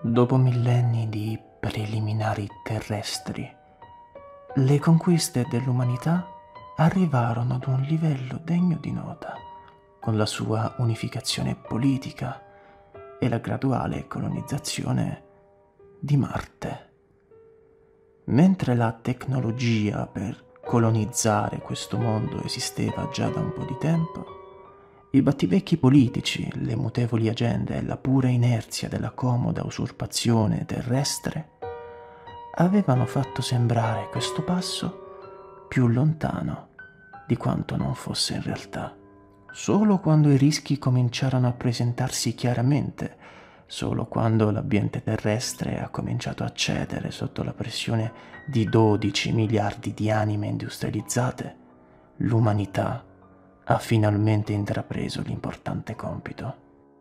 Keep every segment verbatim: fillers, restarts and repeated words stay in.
Dopo millenni di preliminari terrestri, le conquiste dell'umanità arrivarono ad un livello degno di nota, con la sua unificazione politica e la graduale colonizzazione di Marte. Mentre la tecnologia per colonizzare questo mondo esisteva già da un po' di tempo, i battibecchi politici, le mutevoli agende e la pura inerzia della comoda usurpazione terrestre avevano fatto sembrare questo passo più lontano di quanto non fosse in realtà. Solo quando i rischi cominciarono a presentarsi chiaramente, solo quando l'ambiente terrestre ha cominciato a cedere sotto la pressione di dodici miliardi di anime industrializzate, l'umanità ha finalmente intrapreso l'importante compito.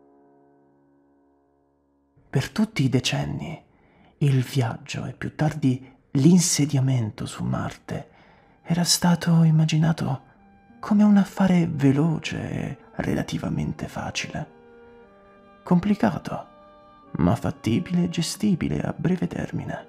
Per tutti i decenni, il viaggio e più tardi l'insediamento su Marte era stato immaginato come un affare veloce e relativamente facile. Complicato, ma fattibile e gestibile a breve termine.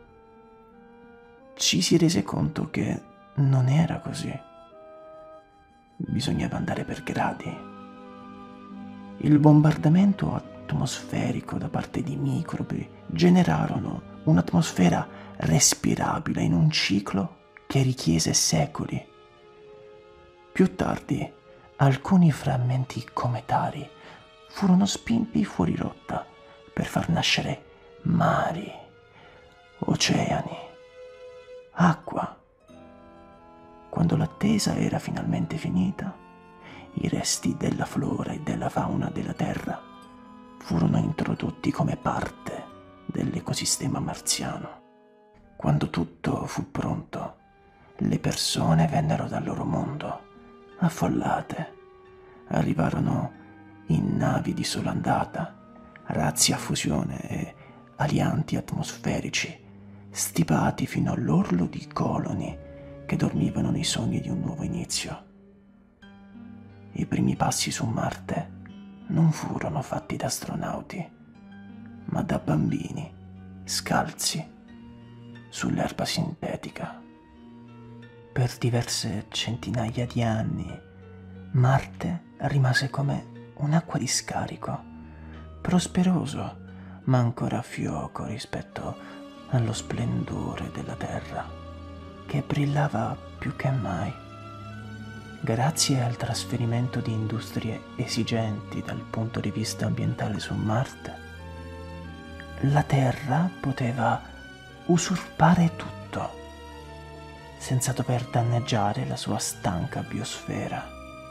Ci si rese conto che non era così. Bisognava andare per gradi. Il bombardamento atmosferico da parte di microbi generarono un'atmosfera respirabile in un ciclo che richiese secoli. Più tardi, alcuni frammenti cometari furono spinti fuori rotta per far nascere mari, oceani, acqua. Quando l'attesa era finalmente finita, i resti della flora e della fauna della Terra furono introdotti come parte dell'ecosistema marziano. Quando tutto fu pronto, le persone vennero dal loro mondo, affollate. Arrivarono in navi di sola andata, razzi a fusione e alianti atmosferici, stipati fino all'orlo di coloni che dormivano nei sogni di un nuovo inizio. I primi passi su Marte non furono fatti da astronauti, ma da bambini scalzi sull'erba sintetica. Per diverse centinaia di anni Marte rimase come un'acqua di scarico, prosperoso ma ancora a fioco rispetto allo splendore della Terra, che brillava più che mai. Grazie al trasferimento di industrie esigenti dal punto di vista ambientale su Marte, la Terra poteva usurpare tutto, senza dover danneggiare la sua stanca biosfera.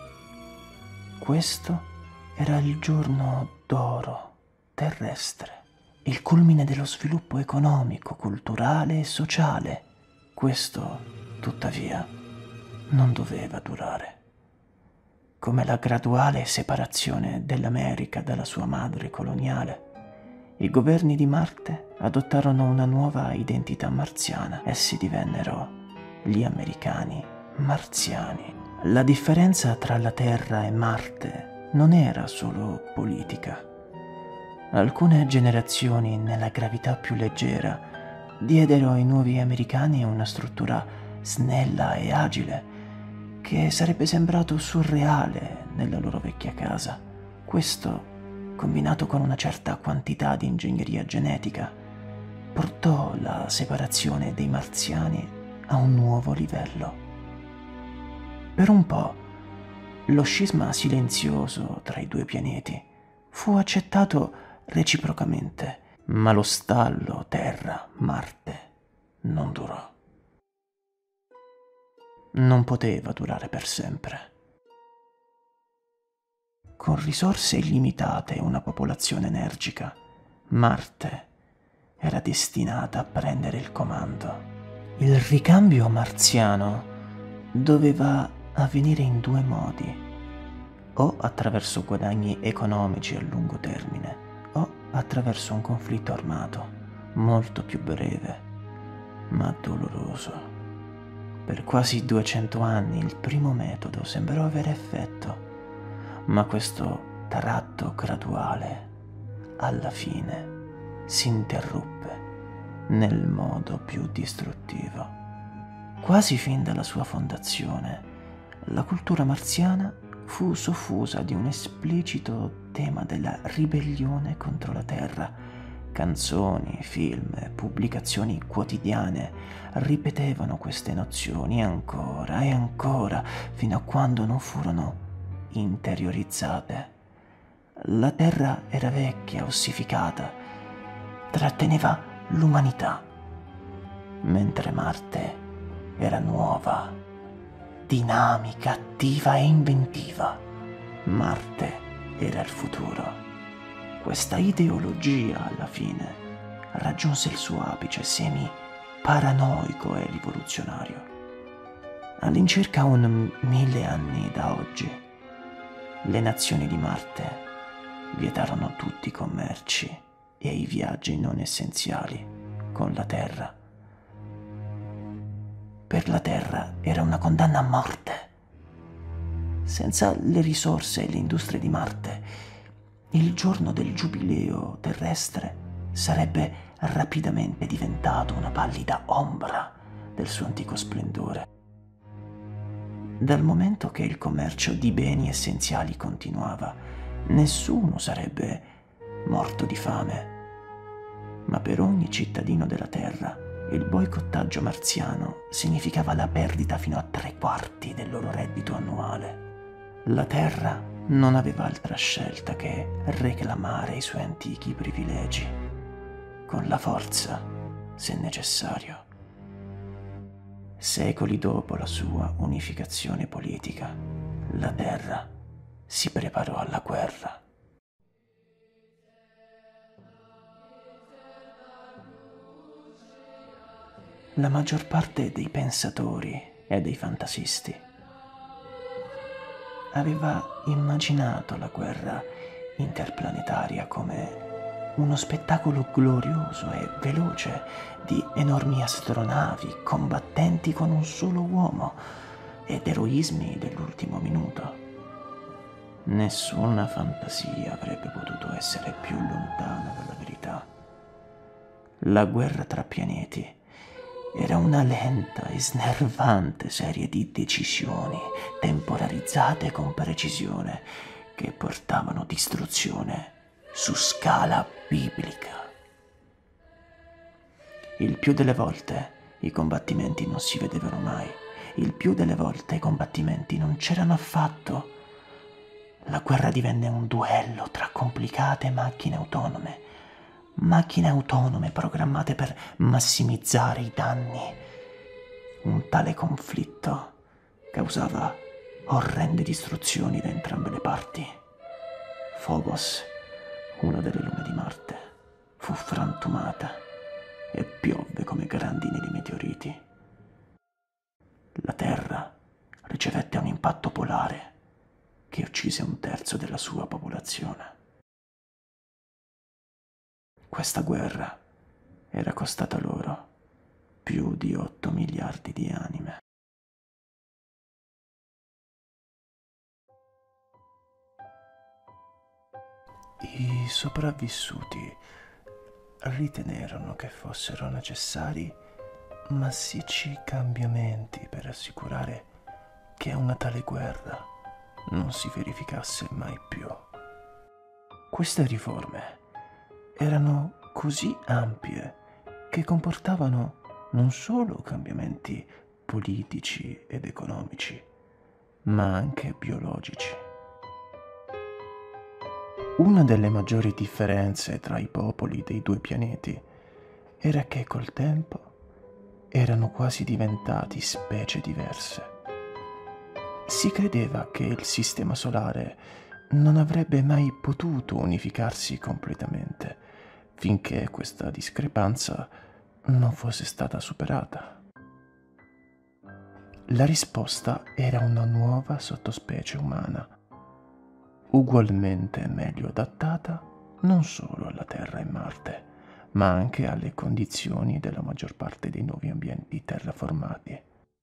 Questo era il giorno d'oro terrestre, il culmine dello sviluppo economico, culturale e sociale. Questo, tuttavia, non doveva durare. Come la graduale separazione dell'America dalla sua madre coloniale, i governi di Marte adottarono una nuova identità marziana. Essi divennero gli americani marziani. La differenza tra la Terra e Marte non era solo politica. Alcune generazioni, nella gravità più leggera, diedero ai nuovi americani una struttura snella e agile che sarebbe sembrato surreale nella loro vecchia casa. Questo, combinato con una certa quantità di ingegneria genetica, portò la separazione dei marziani a un nuovo livello. Per un po', lo scisma silenzioso tra i due pianeti fu accettato reciprocamente, ma lo stallo Terra-Marte non durò. Non poteva durare per sempre. Con risorse illimitate e una popolazione energica, Marte era destinata a prendere il comando. Il ricambio marziano doveva avvenire in due modi, o attraverso guadagni economici a lungo termine, o attraverso un conflitto armato, molto più breve, ma doloroso. Per quasi duecento anni il primo metodo sembrò avere effetto, ma questo tratto graduale, alla fine, si interruppe nel modo più distruttivo. Quasi fin dalla sua fondazione, la cultura marziana fu soffusa di un esplicito tema della ribellione contro la Terra. Canzoni, film, pubblicazioni quotidiane ripetevano queste nozioni ancora e ancora fino a quando non furono interiorizzate. La Terra era vecchia, ossificata, tratteneva l'umanità, mentre Marte era nuova, dinamica, attiva e inventiva. Marte era il futuro. Questa ideologia, alla fine, raggiunse il suo apice semi-paranoico e rivoluzionario. All'incirca un mille anni da oggi, le nazioni di Marte vietarono tutti i commerci e i viaggi non essenziali con la Terra. Per la Terra era una condanna a morte. Senza le risorse e le industrie di Marte, il giorno del giubileo terrestre sarebbe rapidamente diventato una pallida ombra del suo antico splendore. Dal momento che il commercio di beni essenziali continuava, nessuno sarebbe morto di fame. Ma per ogni cittadino della Terra, il boicottaggio marziano significava la perdita fino a tre quarti del loro reddito annuale. La Terra non aveva altra scelta che reclamare i suoi antichi privilegi, con la forza, se necessario. Secoli dopo la sua unificazione politica, la Terra si preparò alla guerra. La maggior parte dei pensatori e dei fantasisti aveva immaginato la guerra interplanetaria come uno spettacolo glorioso e veloce di enormi astronavi combattenti con un solo uomo ed eroismi dell'ultimo minuto. Nessuna fantasia avrebbe potuto essere più lontana dalla verità. La guerra tra pianeti era una lenta e snervante serie di decisioni temporalizzate con precisione che portavano distruzione su scala biblica. Il più delle volte i combattimenti non si vedevano mai, il più delle volte i combattimenti non c'erano affatto. La guerra divenne un duello tra complicate macchine autonome, macchine autonome programmate per massimizzare i danni. Un tale conflitto causava orrende distruzioni da entrambe le parti. Phobos, una delle lune di Marte, fu frantumata e piovve come grandine di meteoriti. La Terra ricevette un impatto polare che uccise un terzo della sua popolazione. Questa guerra era costata loro più di otto miliardi di anime. I sopravvissuti ritenerono che fossero necessari massicci cambiamenti per assicurare che una tale guerra non si verificasse mai più. Queste riforme erano così ampie che comportavano non solo cambiamenti politici ed economici, ma anche biologici. Una delle maggiori differenze tra i popoli dei due pianeti era che col tempo erano quasi diventati specie diverse. Si credeva che il sistema solare non avrebbe mai potuto unificarsi completamente finché questa discrepanza non fosse stata superata. La risposta era una nuova sottospecie umana, ugualmente meglio adattata non solo alla Terra e Marte, ma anche alle condizioni della maggior parte dei nuovi ambienti terraformati.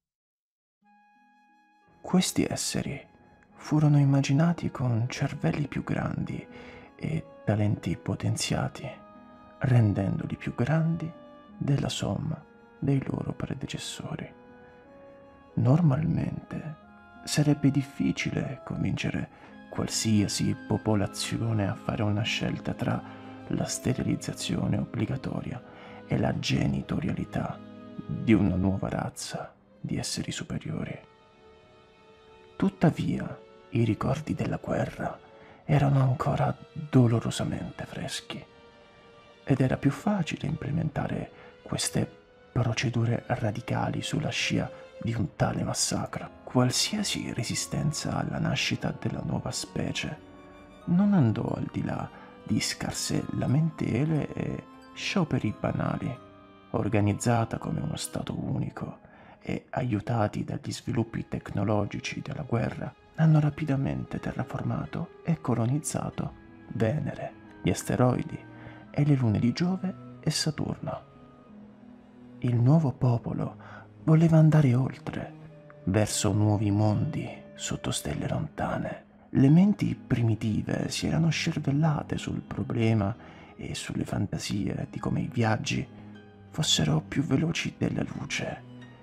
Questi esseri furono immaginati con cervelli più grandi e talenti potenziati, rendendoli più grandi della somma dei loro predecessori. Normalmente sarebbe difficile convincere qualsiasi popolazione a fare una scelta tra la sterilizzazione obbligatoria e la genitorialità di una nuova razza di esseri superiori. Tuttavia, i ricordi della guerra erano ancora dolorosamente freschi ed era più facile implementare queste procedure radicali sulla scia di un tale massacro. Qualsiasi resistenza alla nascita della nuova specie non andò al di là di scarse lamentele e scioperi banali. Organizzata come uno stato unico e aiutati dagli sviluppi tecnologici della guerra, hanno rapidamente terraformato e colonizzato Venere, gli asteroidi e le lune di Giove e Saturno. Il nuovo popolo voleva andare oltre, verso nuovi mondi sotto stelle lontane. Le menti primitive si erano scervellate sul problema e sulle fantasie di come i viaggi fossero più veloci della luce.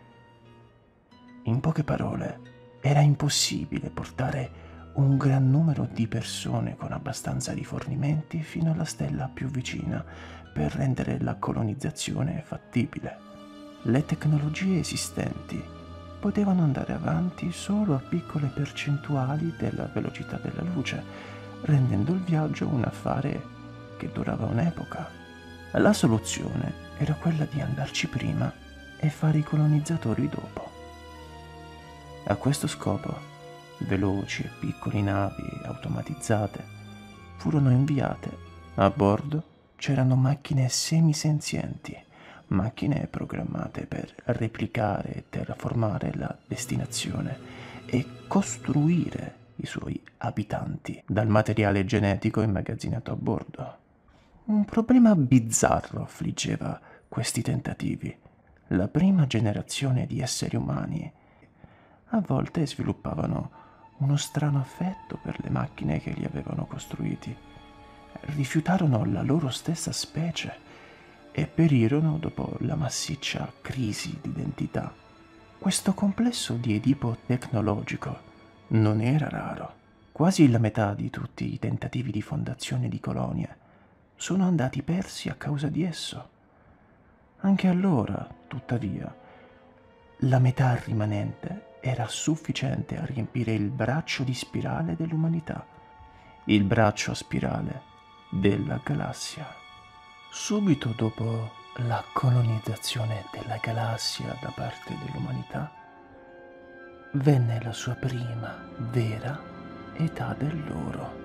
In poche parole, era impossibile portare un gran numero di persone con abbastanza rifornimenti fino alla stella più vicina per rendere la colonizzazione fattibile. Le tecnologie esistenti potevano andare avanti solo a piccole percentuali della velocità della luce, rendendo il viaggio un affare che durava un'epoca. La soluzione era quella di andarci prima e fare i colonizzatori dopo. A questo scopo, veloci e piccole navi automatizzate furono inviate. A bordo c'erano macchine semisenzienti, macchine programmate per replicare e terraformare la destinazione e costruire i suoi abitanti dal materiale genetico immagazzinato a bordo. Un problema bizzarro affliggeva questi tentativi. La prima generazione di esseri umani a volte sviluppavano uno strano affetto per le macchine che li avevano costruiti. Rifiutarono la loro stessa specie e perirono dopo la massiccia crisi di identità. Questo complesso di Edipo tecnologico non era raro. Quasi la metà di tutti i tentativi di fondazione di colonie sono andati persi a causa di esso. Anche allora, tuttavia, la metà rimanente era sufficiente a riempire il braccio di spirale dell'umanità, il braccio a spirale della galassia. Subito dopo la colonizzazione della galassia da parte dell'umanità, venne la sua prima vera età dell'oro.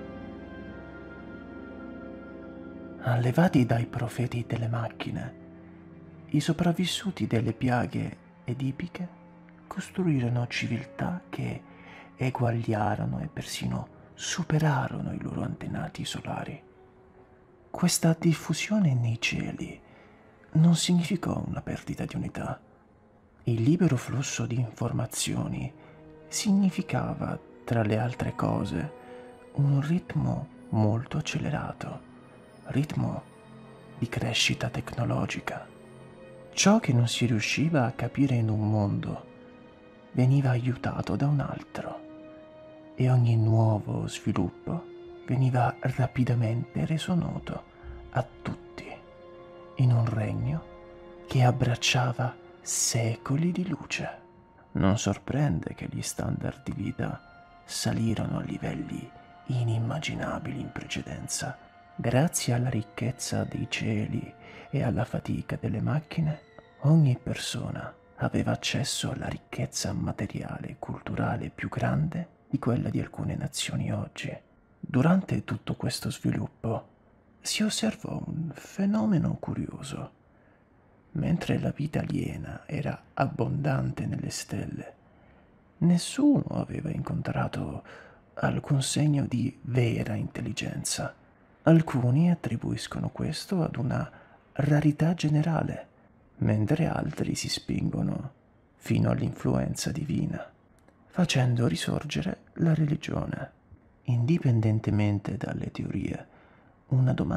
Allevati dai profeti delle macchine, i sopravvissuti delle piaghe edipiche costruirono civiltà che eguagliarono e persino superarono i loro antenati solari. Questa diffusione nei cieli non significò una perdita di unità. Il libero flusso di informazioni significava, tra le altre cose, un ritmo molto accelerato, ritmo di crescita tecnologica. Ciò che non si riusciva a capire in un mondo veniva aiutato da un altro e ogni nuovo sviluppo veniva rapidamente reso noto a tutti in un regno che abbracciava secoli di luce. Non sorprende che gli standard di vita salirono a livelli inimmaginabili in precedenza. Grazie alla ricchezza dei cieli e alla fatica delle macchine, ogni persona aveva accesso alla ricchezza materiale e culturale più grande di quella di alcune nazioni oggi. Durante tutto questo sviluppo si osservò un fenomeno curioso. Mentre la vita aliena era abbondante nelle stelle, nessuno aveva incontrato alcun segno di vera intelligenza. Alcuni attribuiscono questo ad una rarità generale, mentre altri si spingono fino all'influenza divina, facendo risorgere la religione. Indipendentemente dalle teorie, una domanda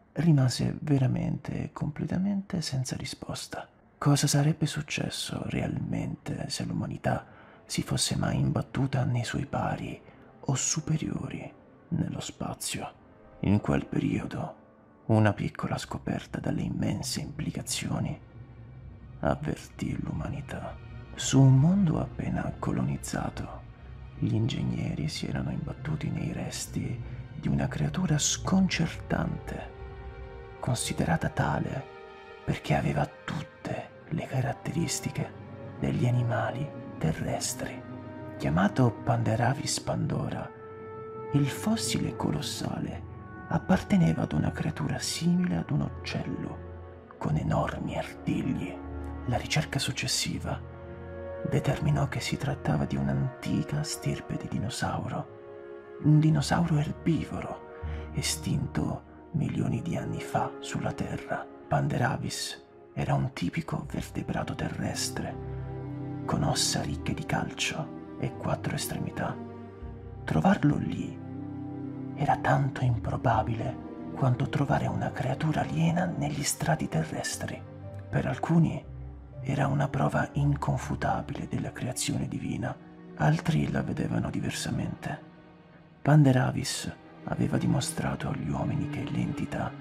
rimase veramente e completamente senza risposta. Cosa sarebbe successo realmente se l'umanità si fosse mai imbattuta nei suoi pari o superiori nello spazio? In quel periodo, una piccola scoperta dalle immense implicazioni avvertì l'umanità. Su un mondo appena colonizzato, gli ingegneri si erano imbattuti nei resti di una creatura sconcertante, considerata tale perché aveva tutte le caratteristiche degli animali terrestri. Chiamato Panderavis Pandora, il fossile colossale apparteneva ad una creatura simile ad un uccello, con enormi artigli. La ricerca successiva determinò che si trattava di un'antica stirpe di dinosauro, un dinosauro erbivoro, estinto milioni di anni fa sulla Terra. Panderavis era un tipico vertebrato terrestre, con ossa ricche di calcio e quattro estremità. Trovarlo lì era tanto improbabile quanto trovare una creatura aliena negli strati terrestri. Per alcuni era una prova inconfutabile della creazione divina, altri la vedevano diversamente. Panderavis aveva dimostrato agli uomini che le entità,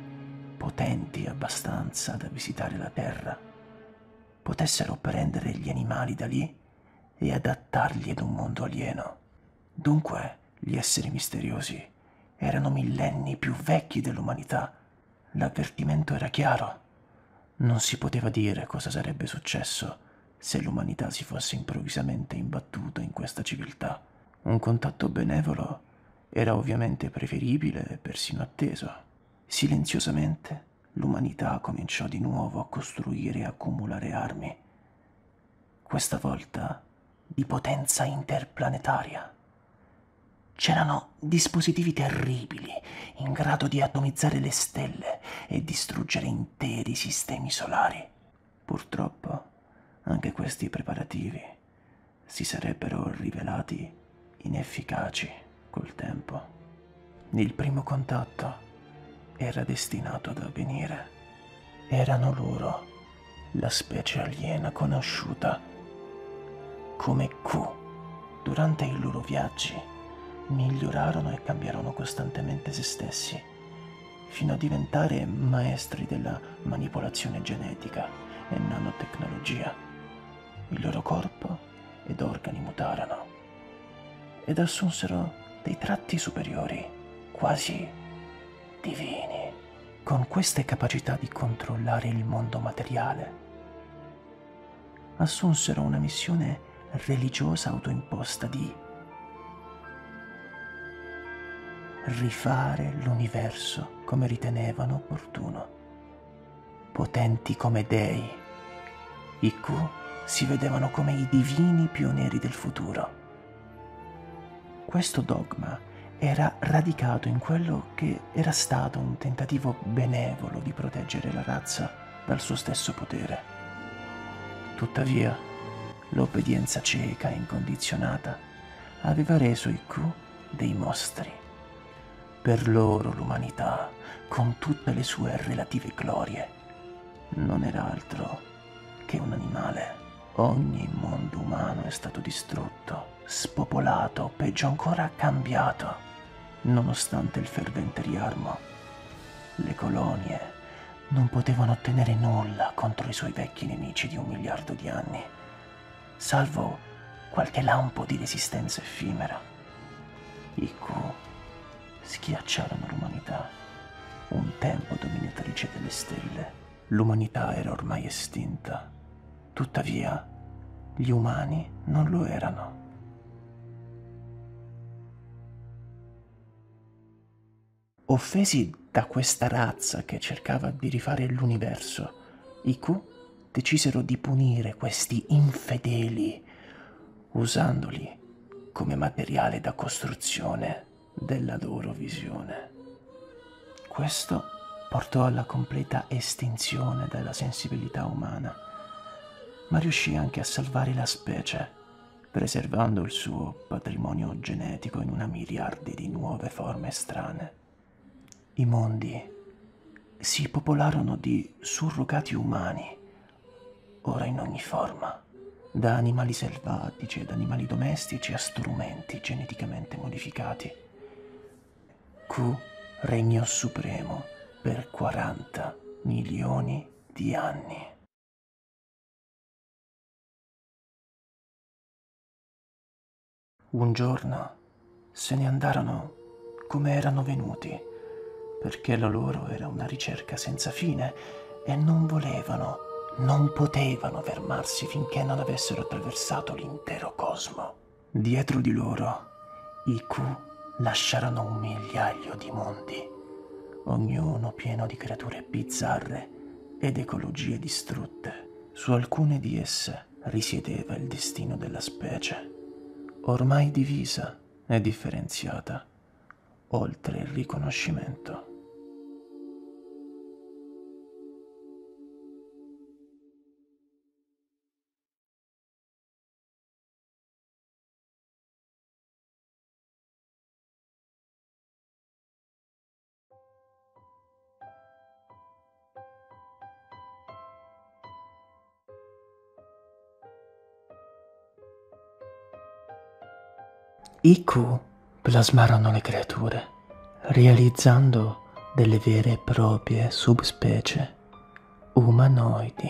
potenti abbastanza da visitare la Terra, potessero prendere gli animali da lì e adattarli ad un mondo alieno. Dunque, gli esseri misteriosi erano millenni più vecchi dell'umanità. L'avvertimento era chiaro. Non si poteva dire cosa sarebbe successo se l'umanità si fosse improvvisamente imbattuta in questa civiltà. Un contatto benevolo era ovviamente preferibile e persino atteso. Silenziosamente l'umanità cominciò di nuovo a costruire e accumulare armi, questa volta di potenza interplanetaria. C'erano dispositivi terribili in grado di atomizzare le stelle e distruggere interi sistemi solari. Purtroppo, anche questi preparativi si sarebbero rivelati inefficaci col tempo. Il primo contatto era destinato ad avvenire. Erano loro, la specie aliena conosciuta come Q. Durante i loro viaggi migliorarono e cambiarono costantemente se stessi, fino a diventare maestri della manipolazione genetica e nanotecnologia. Il loro corpo ed organi mutarono ed assunsero dei tratti superiori, quasi divini. Con queste capacità di controllare il mondo materiale, assunsero una missione religiosa autoimposta di rifare l'universo come ritenevano opportuno. Potenti come dei, i Q si vedevano come i divini pionieri del futuro. Questo dogma era radicato in quello che era stato un tentativo benevolo di proteggere la razza dal suo stesso potere. Tuttavia, l'obbedienza cieca e incondizionata aveva reso i Q dei mostri. Per loro l'umanità, con tutte le sue relative glorie, non era altro che un animale. Ogni mondo umano è stato distrutto, spopolato, peggio ancora cambiato, nonostante il fervente riarmo. Le colonie non potevano ottenere nulla contro i suoi vecchi nemici di un miliardo di anni, salvo qualche lampo di resistenza effimera. I Q schiacciarono l'umanità, un tempo dominatrice delle stelle. L'umanità era ormai estinta, tuttavia gli umani non lo erano. Offesi da questa razza che cercava di rifare l'universo, i Q decisero di punire questi infedeli, usandoli come materiale da costruzione della loro visione. Questo portò alla completa estinzione della sensibilità umana, ma riuscì anche a salvare la specie, preservando il suo patrimonio genetico in una miriade di nuove forme strane. I mondi si popolarono di surrogati umani, ora in ogni forma, da animali selvatici ed animali domestici a strumenti geneticamente modificati. Q regnò supremo per quaranta milioni di anni. Un giorno se ne andarono come erano venuti, perché la loro era una ricerca senza fine e non volevano, non potevano fermarsi finché non avessero attraversato l'intero cosmo. Dietro di loro i Q lasciarono un migliaio di mondi, ognuno pieno di creature bizzarre ed ecologie distrutte. Su alcune di esse risiedeva il destino della specie, ormai divisa e differenziata, oltre il riconoscimento. I Q plasmarono le creature, realizzando delle vere e proprie subspecie umanoidi.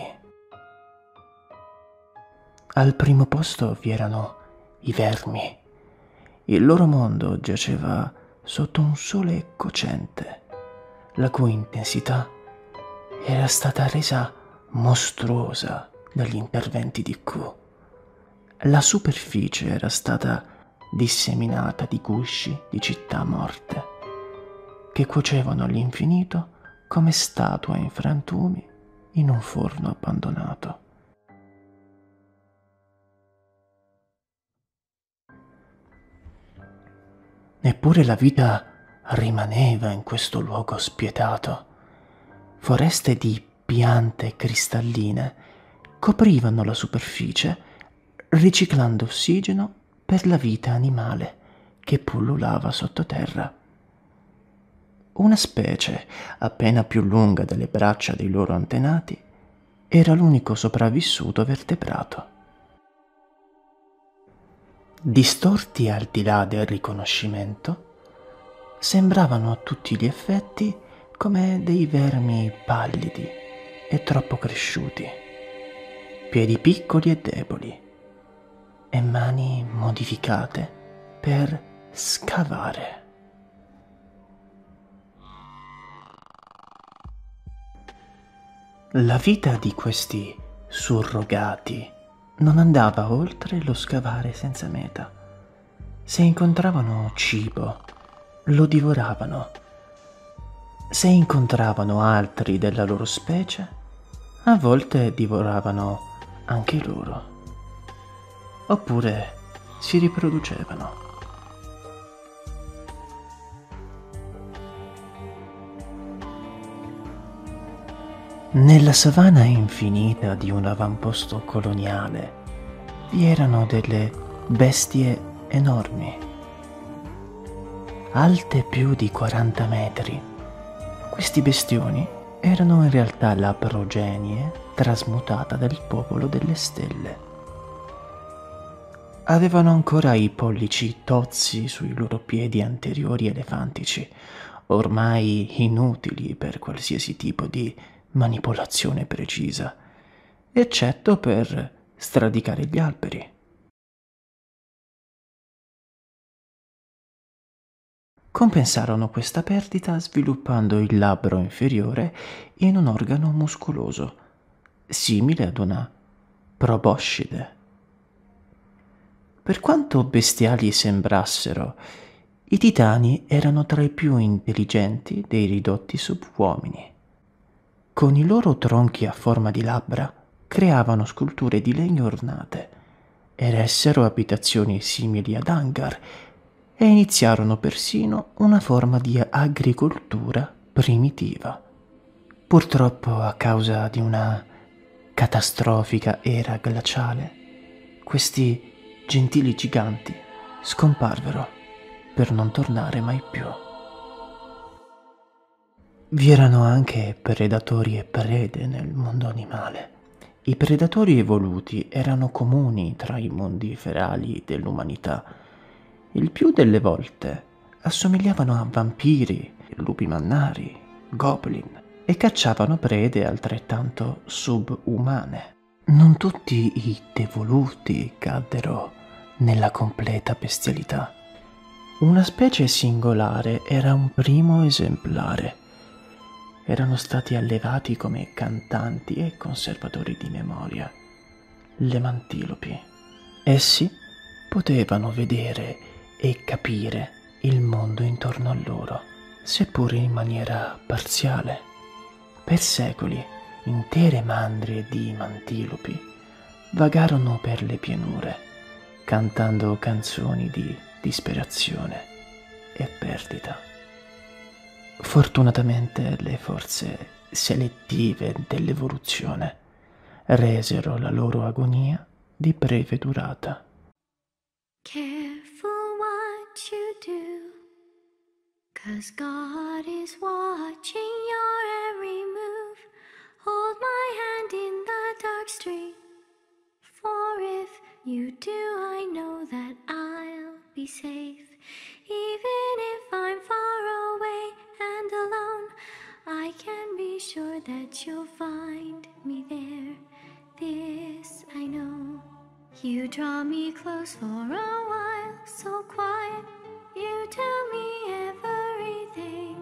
Al primo posto vi erano i vermi. Il loro mondo giaceva sotto un sole cocente, la cui intensità era stata resa mostruosa dagli interventi di Q. La superficie era stata disseminata di gusci di città morte, che cuocevano all'infinito come statue in frantumi in un forno abbandonato. Eppure la vita rimaneva in questo luogo spietato. Foreste di piante cristalline coprivano la superficie, riciclando ossigeno per la vita animale che pullulava sottoterra. Una specie, appena più lunga delle braccia dei loro antenati, era l'unico sopravvissuto vertebrato. Distorti al di là del riconoscimento, sembravano a tutti gli effetti come dei vermi pallidi e troppo cresciuti, piedi piccoli e deboli, e mani modificate per scavare. La vita di questi surrogati non andava oltre lo scavare senza meta. Se incontravano cibo, lo divoravano. Se incontravano altri della loro specie, a volte divoravano anche loro. Oppure si riproducevano. Nella savana infinita di un avamposto coloniale vi erano delle bestie enormi, alte più di quaranta metri. Questi bestioni erano in realtà la progenie trasmutata del popolo delle stelle. Avevano ancora i pollici tozzi sui loro piedi anteriori elefantici, ormai inutili per qualsiasi tipo di manipolazione precisa, eccetto per stradicare gli alberi. Compensarono questa perdita sviluppando il labbro inferiore in un organo muscoloso, simile ad una proboscide. Per quanto bestiali sembrassero, i titani erano tra i più intelligenti dei ridotti subuomini. Con i loro tronchi a forma di labbra creavano sculture di legno ornate, eressero abitazioni simili ad hangar e iniziarono persino una forma di agricoltura primitiva. Purtroppo, a causa di una catastrofica era glaciale, questi gentili giganti scomparvero per non tornare mai più. Vi erano anche predatori e prede nel mondo animale. I predatori evoluti erano comuni tra i mondi ferali dell'umanità. Il più delle volte assomigliavano a vampiri, lupi mannari, goblin e cacciavano prede altrettanto subumane. Non tutti i devoluti caddero nella completa bestialità. Una specie singolare era un primo esemplare. Erano stati allevati come cantanti e conservatori di memoria, le mantilopi. Essi potevano vedere e capire il mondo intorno a loro, seppure in maniera parziale. Per secoli, intere mandrie di mantilopi vagarono per le pianure, cantando canzoni di disperazione e perdita. Fortunatamente le forze selettive dell'evoluzione resero la loro agonia di breve durata. Careful what you do, 'cause God is watching your every move. Hold my hand in the dark street, for if you do, I know that I'll be safe. Even if I'm far away and alone, I can be sure that you'll find me there. This I know. You draw me close for a while, so quiet. You tell me everything.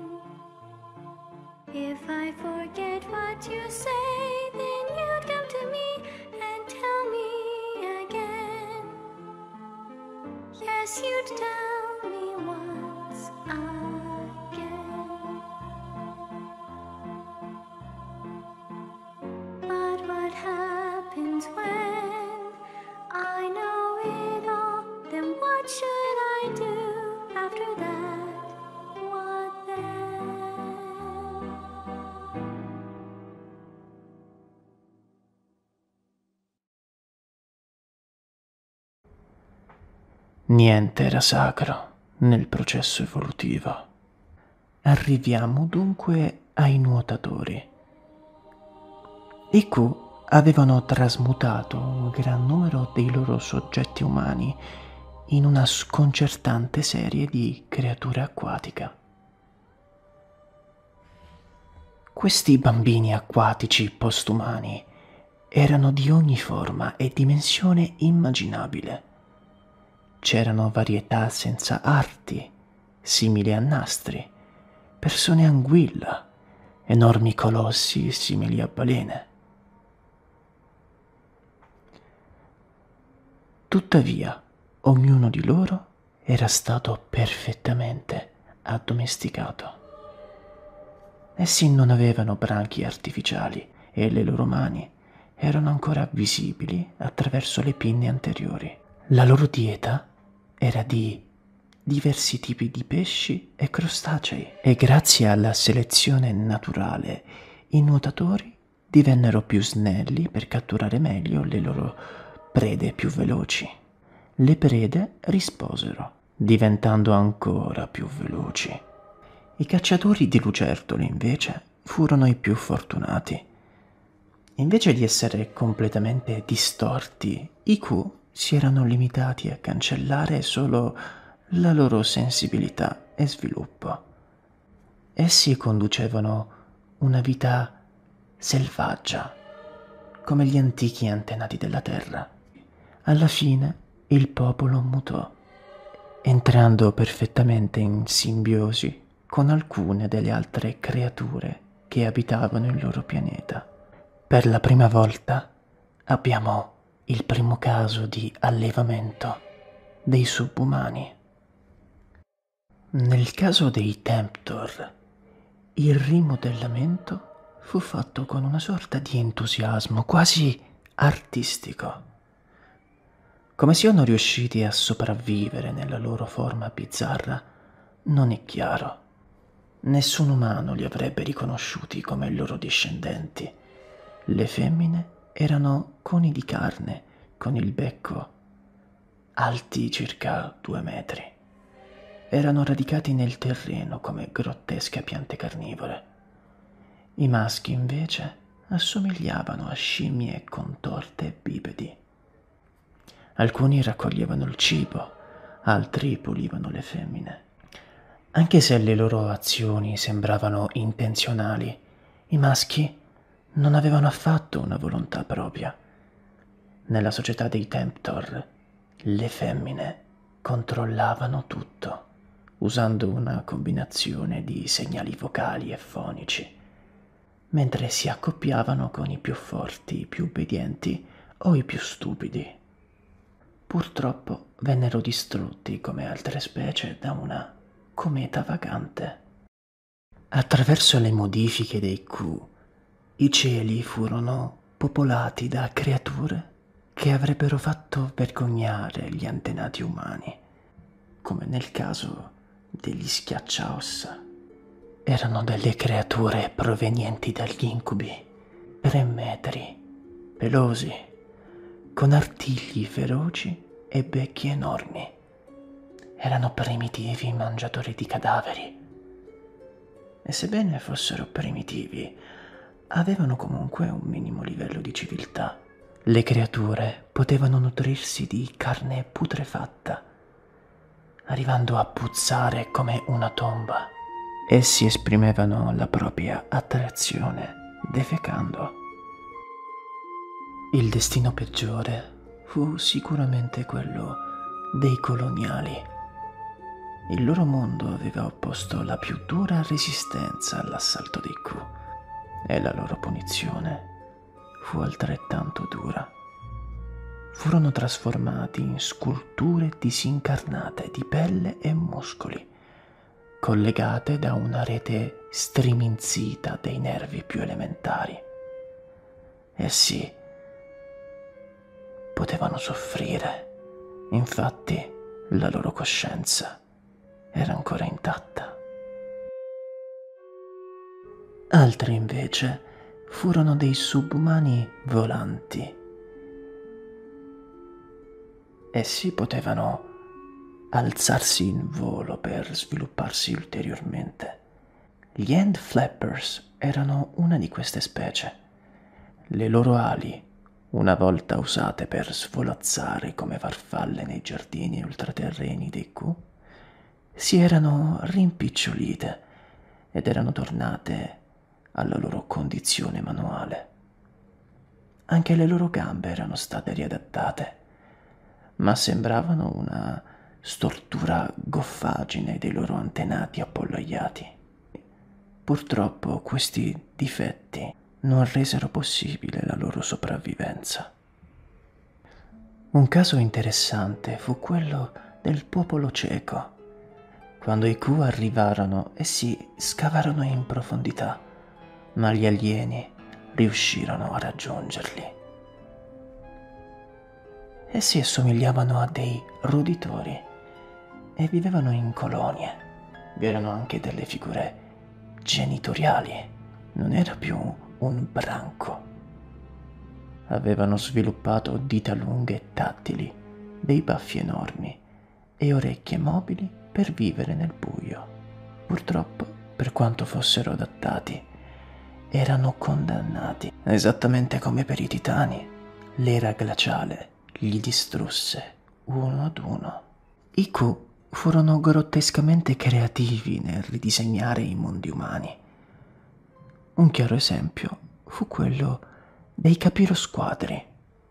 If I forget what you say, then you'd come to me and tell me again. Yes, you'd tell me once again. But what happens when I know it all? Then what should I do after that? What then? Niente era sacro nel processo evolutivo. Arriviamo dunque ai nuotatori. I Q avevano trasmutato un gran numero dei loro soggetti umani in una sconcertante serie di creature acquatiche. Questi bambini acquatici postumani erano di ogni forma e dimensione immaginabile. C'erano varietà senza arti, simili a nastri, persone anguilla, enormi colossi simili a balene. Tuttavia, ognuno di loro era stato perfettamente addomesticato. Essi non avevano branchi artificiali e le loro mani erano ancora visibili attraverso le pinne anteriori. La loro dieta era di diversi tipi di pesci e crostacei e grazie alla selezione naturale i nuotatori divennero più snelli per catturare meglio le loro prede più veloci. Le prede risposero, diventando ancora più veloci. I cacciatori di lucertole, invece, furono i più fortunati. Invece di essere completamente distorti, i Q si erano limitati a cancellare solo la loro sensibilità e sviluppo. Essi conducevano una vita selvaggia, come gli antichi antenati della Terra. Alla fine il popolo mutò, entrando perfettamente in simbiosi con alcune delle altre creature che abitavano il loro pianeta. Per la prima volta abbiamo il primo caso di allevamento dei subumani. Nel caso dei Temptor, il rimodellamento fu fatto con una sorta di entusiasmo quasi artistico. Come siano riusciti a sopravvivere nella loro forma bizzarra non è chiaro. Nessun umano li avrebbe riconosciuti come i loro discendenti. Le femmine erano coni di carne, con il becco alti circa due metri. Erano radicati nel terreno come grottesche piante carnivore. I maschi, invece, assomigliavano a scimmie contorte e bipedi. Alcuni raccoglievano il cibo, altri pulivano le femmine. Anche se le loro azioni sembravano intenzionali, i maschi non avevano affatto una volontà propria. Nella società dei Temptor, le femmine controllavano tutto, usando una combinazione di segnali vocali e fonici, mentre si accoppiavano con i più forti, i più obbedienti o i più stupidi. Purtroppo vennero distrutti, come altre specie, da una cometa vagante. Attraverso le modifiche dei Q, i cieli furono popolati da creature che avrebbero fatto vergognare gli antenati umani, come nel caso degli schiacciaossa. Erano delle creature provenienti dagli incubi, premetri, pelosi, con artigli feroci e becchi enormi. Erano primitivi mangiatori di cadaveri. E sebbene fossero primitivi, avevano comunque un minimo livello di civiltà. Le creature potevano nutrirsi di carne putrefatta, arrivando a puzzare come una tomba. Essi esprimevano la propria attrazione defecando. Il destino peggiore fu sicuramente quello dei coloniali. Il loro mondo aveva opposto la più dura resistenza all'assalto dei Q e la loro punizione fu altrettanto dura. Furono trasformati in sculture disincarnate di pelle e muscoli, collegate da una rete striminzita dei nervi più elementari. Essi potevano soffrire, infatti la loro coscienza era ancora intatta. Altri invece furono dei subumani volanti. Essi potevano alzarsi in volo per svilupparsi ulteriormente. Gli Hand Flappers erano una di queste specie. Le loro ali, una volta usate per svolazzare come farfalle nei giardini ultraterreni dei Q, si erano rimpicciolite ed erano tornate alla loro condizione manuale. Anche le loro gambe erano state riadattate, ma sembravano una stortura goffaggine dei loro antenati appollaiati. Purtroppo questi difetti non resero possibile la loro sopravvivenza. Un caso interessante fu quello del popolo ceco. Quando i Q arrivarono, essi scavarono in profondità, ma gli alieni riuscirono a raggiungerli. Essi assomigliavano a dei roditori e vivevano in colonie. Vi erano anche delle figure genitoriali, non era più un branco. Avevano sviluppato dita lunghe e tattili, dei baffi enormi e orecchie mobili per vivere nel buio. Purtroppo, per quanto fossero adattati, erano condannati, esattamente come per i titani. L'era glaciale li distrusse uno ad uno. I Q furono grottescamente creativi nel ridisegnare i mondi umani. Un chiaro esempio fu quello dei Capirosquadri.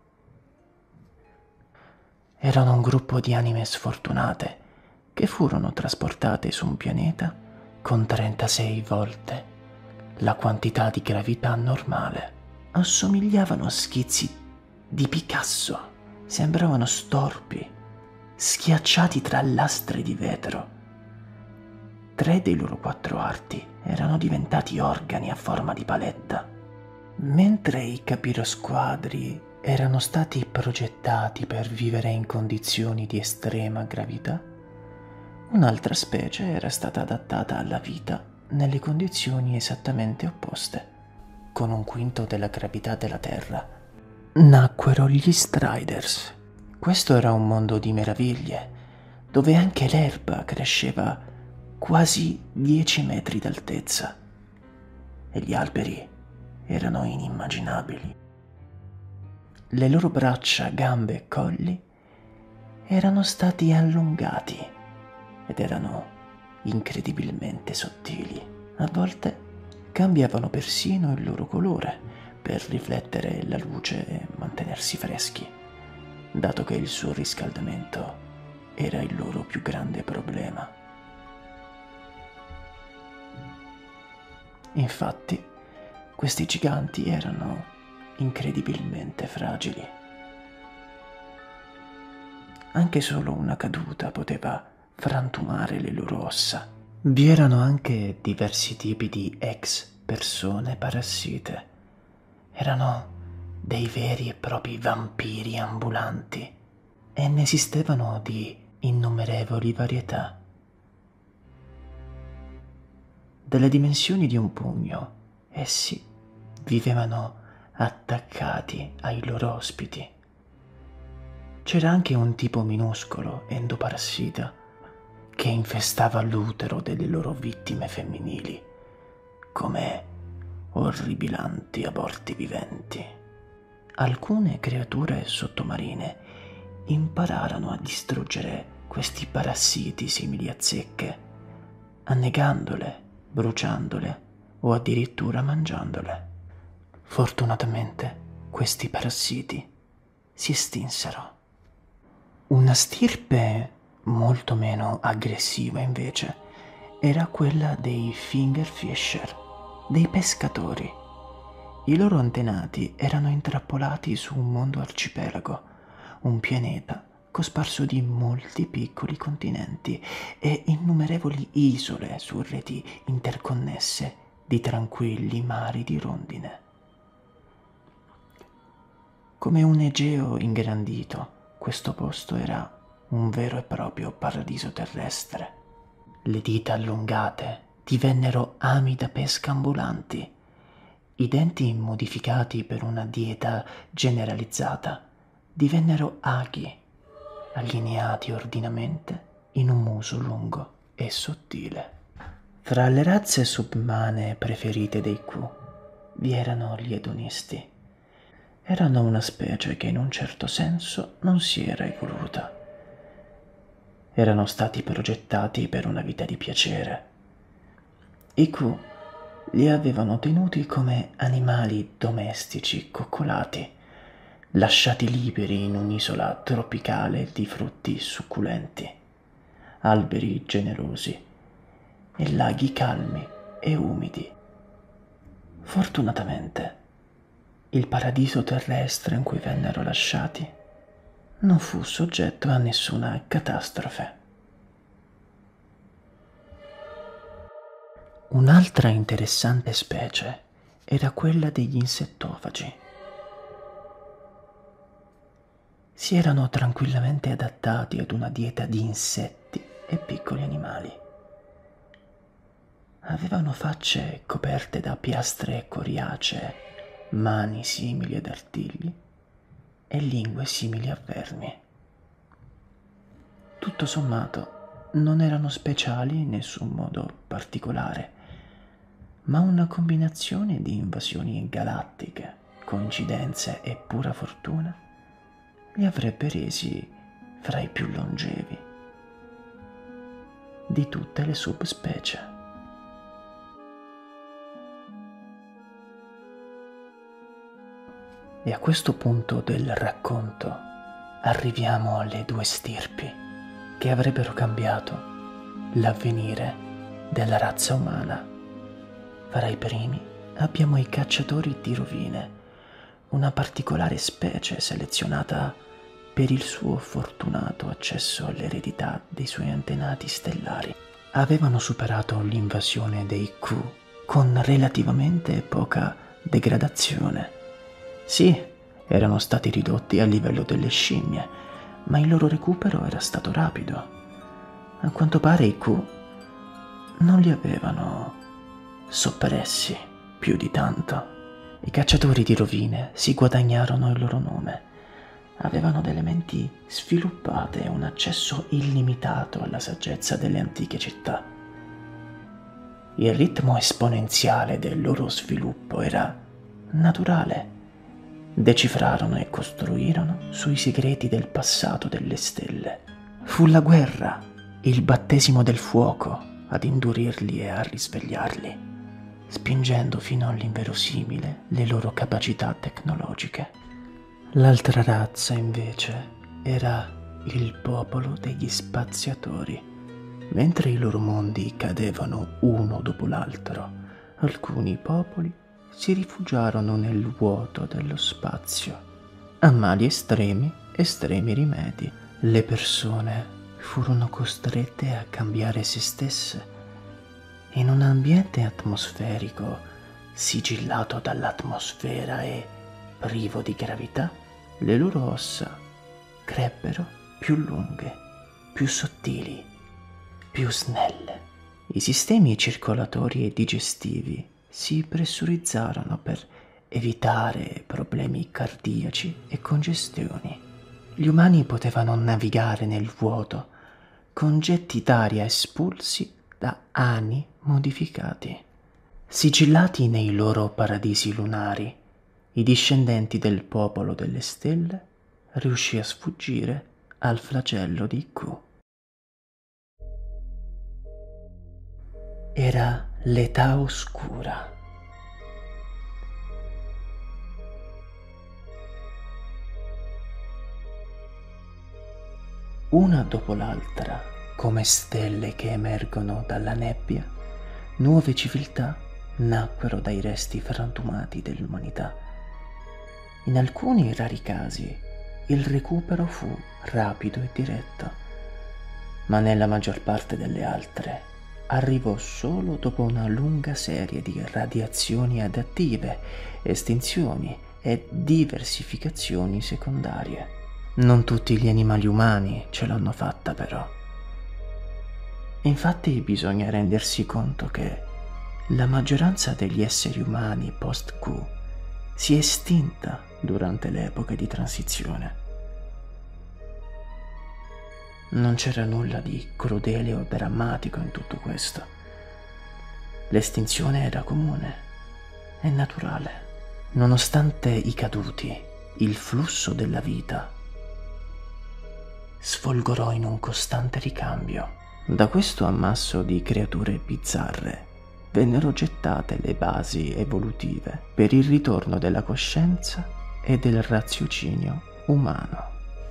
Erano un gruppo di anime sfortunate che furono trasportate su un pianeta con trentasei volte la quantità di gravità normale. Assomigliavano a schizzi di Picasso, sembravano storpi, schiacciati tra lastre di vetro. Tre dei loro quattro arti erano diventati organi a forma di paletta. Mentre i Capirosquadri erano stati progettati per vivere in condizioni di estrema gravità, un'altra specie era stata adattata alla vita nelle condizioni esattamente opposte. Con un quinto della gravità della Terra nacquero gli Striders. Questo era un mondo di meraviglie, dove anche l'erba cresceva quasi dieci metri d'altezza. e gli alberi erano inimmaginabili. Le loro braccia, gambe e colli erano stati allungati ed erano incredibilmente sottili. A volte cambiavano persino il loro colore per riflettere la luce e mantenersi freschi, dato che il surriscaldamento era il loro più grande problema. Infatti, questi giganti erano incredibilmente fragili. Anche solo una caduta poteva frantumare le loro ossa. Vi erano anche diversi tipi di ex persone parassite. Erano dei veri e propri vampiri ambulanti e ne esistevano di innumerevoli varietà. Delle dimensioni di un pugno, essi vivevano attaccati ai loro ospiti. C'era anche un tipo minuscolo endoparassita che infestava l'utero delle loro vittime femminili come orribilanti aborti viventi. Alcune creature sottomarine impararono a distruggere questi parassiti simili a zecche, annegandole, bruciandole o addirittura mangiandole. Fortunatamente questi parassiti si estinsero. Una stirpe molto meno aggressiva invece era quella dei fingerfisher, dei pescatori. I loro antenati erano intrappolati su un mondo arcipelago, un pianeta cosparso di molti piccoli continenti e innumerevoli isole su reti interconnesse di tranquilli mari di rondine. Come un Egeo ingrandito, questo posto era un vero e proprio paradiso terrestre. Le dita allungate divennero ami da pesca ambulanti, i denti modificati per una dieta generalizzata divennero aghi, allineati ordinamente in un muso lungo e sottile. Fra le razze subumane preferite dei Q vi erano gli edonisti. Erano una specie che in un certo senso non si era evoluta. Erano stati progettati per una vita di piacere. I Q li avevano tenuti come animali domestici coccolati, lasciati liberi in un'isola tropicale di frutti succulenti, alberi generosi e laghi calmi e umidi. Fortunatamente, il paradiso terrestre in cui vennero lasciati non fu soggetto a nessuna catastrofe. Un'altra interessante specie era quella degli insettofagi. Si erano tranquillamente adattati ad una dieta di insetti e piccoli animali. Avevano facce coperte da piastre coriacee, mani simili ad artigli e lingue simili a vermi. Tutto sommato non erano speciali in nessun modo particolare, ma una combinazione di invasioni galattiche, coincidenze e pura fortuna li avrebbe resi fra i più longevi di tutte le subspecie. E a questo punto del racconto arriviamo alle due stirpi che avrebbero cambiato l'avvenire della razza umana. Fra i primi abbiamo i cacciatori di rovine, una particolare specie selezionata per il suo fortunato accesso all'eredità dei suoi antenati stellari. Avevano superato l'invasione dei Q con relativamente poca degradazione. Sì, erano stati ridotti a livello delle scimmie, ma il loro recupero era stato rapido. A quanto pare i Q non li avevano soppressi più di tanto. I cacciatori di rovine si guadagnarono il loro nome. Avevano delle menti sviluppate e un accesso illimitato alla saggezza delle antiche città. Il ritmo esponenziale del loro sviluppo era naturale. Decifrarono e costruirono sui segreti del passato delle stelle. Fu la guerra, il battesimo del fuoco, ad indurirli e a risvegliarli, spingendo fino all'inverosimile le loro capacità tecnologiche. L'altra razza, invece, era il popolo degli spaziatori. Mentre i loro mondi cadevano uno dopo l'altro, alcuni popoli si rifugiarono nel vuoto dello spazio. A mali estremi, estremi rimedi. Le persone furono costrette a cambiare se stesse. In un ambiente atmosferico sigillato dall'atmosfera e privo di gravità, le loro ossa crebbero più lunghe, più sottili, più snelle. I sistemi circolatori e digestivi si pressurizzarono per evitare problemi cardiaci e congestioni. Gli umani potevano navigare nel vuoto con getti d'aria espulsi da ani modificati. Sigillati nei loro paradisi lunari, i discendenti del popolo delle stelle riuscì a sfuggire al flagello di Q. Era l'età oscura. Una dopo l'altra, come stelle che emergono dalla nebbia, nuove civiltà nacquero dai resti frantumati dell'umanità. In alcuni rari casi il recupero fu rapido e diretto, ma nella maggior parte delle altre arrivò solo dopo una lunga serie di radiazioni adattive, estinzioni e diversificazioni secondarie. Non tutti gli animali umani ce l'hanno fatta, però. Infatti bisogna rendersi conto che la maggioranza degli esseri umani post-Q si è estinta durante le epoche di transizione. Non c'era nulla di crudele o drammatico in tutto questo. L'estinzione era comune e naturale. Nonostante i caduti, il flusso della vita sfolgorò in un costante ricambio. Da questo ammasso di creature bizzarre vennero gettate le basi evolutive per il ritorno della coscienza e del raziocinio umano.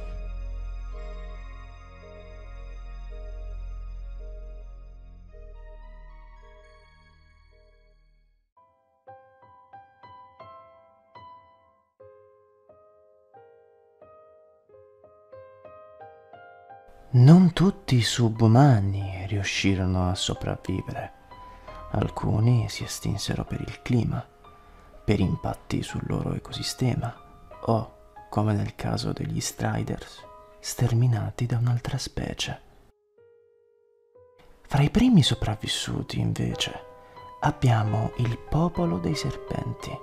Non tutti i subumani riuscirono a sopravvivere. Alcuni si estinsero per il clima, per impatti sul loro ecosistema o, come nel caso degli Striders, sterminati da un'altra specie. Fra i primi sopravvissuti, invece, abbiamo il popolo dei serpenti.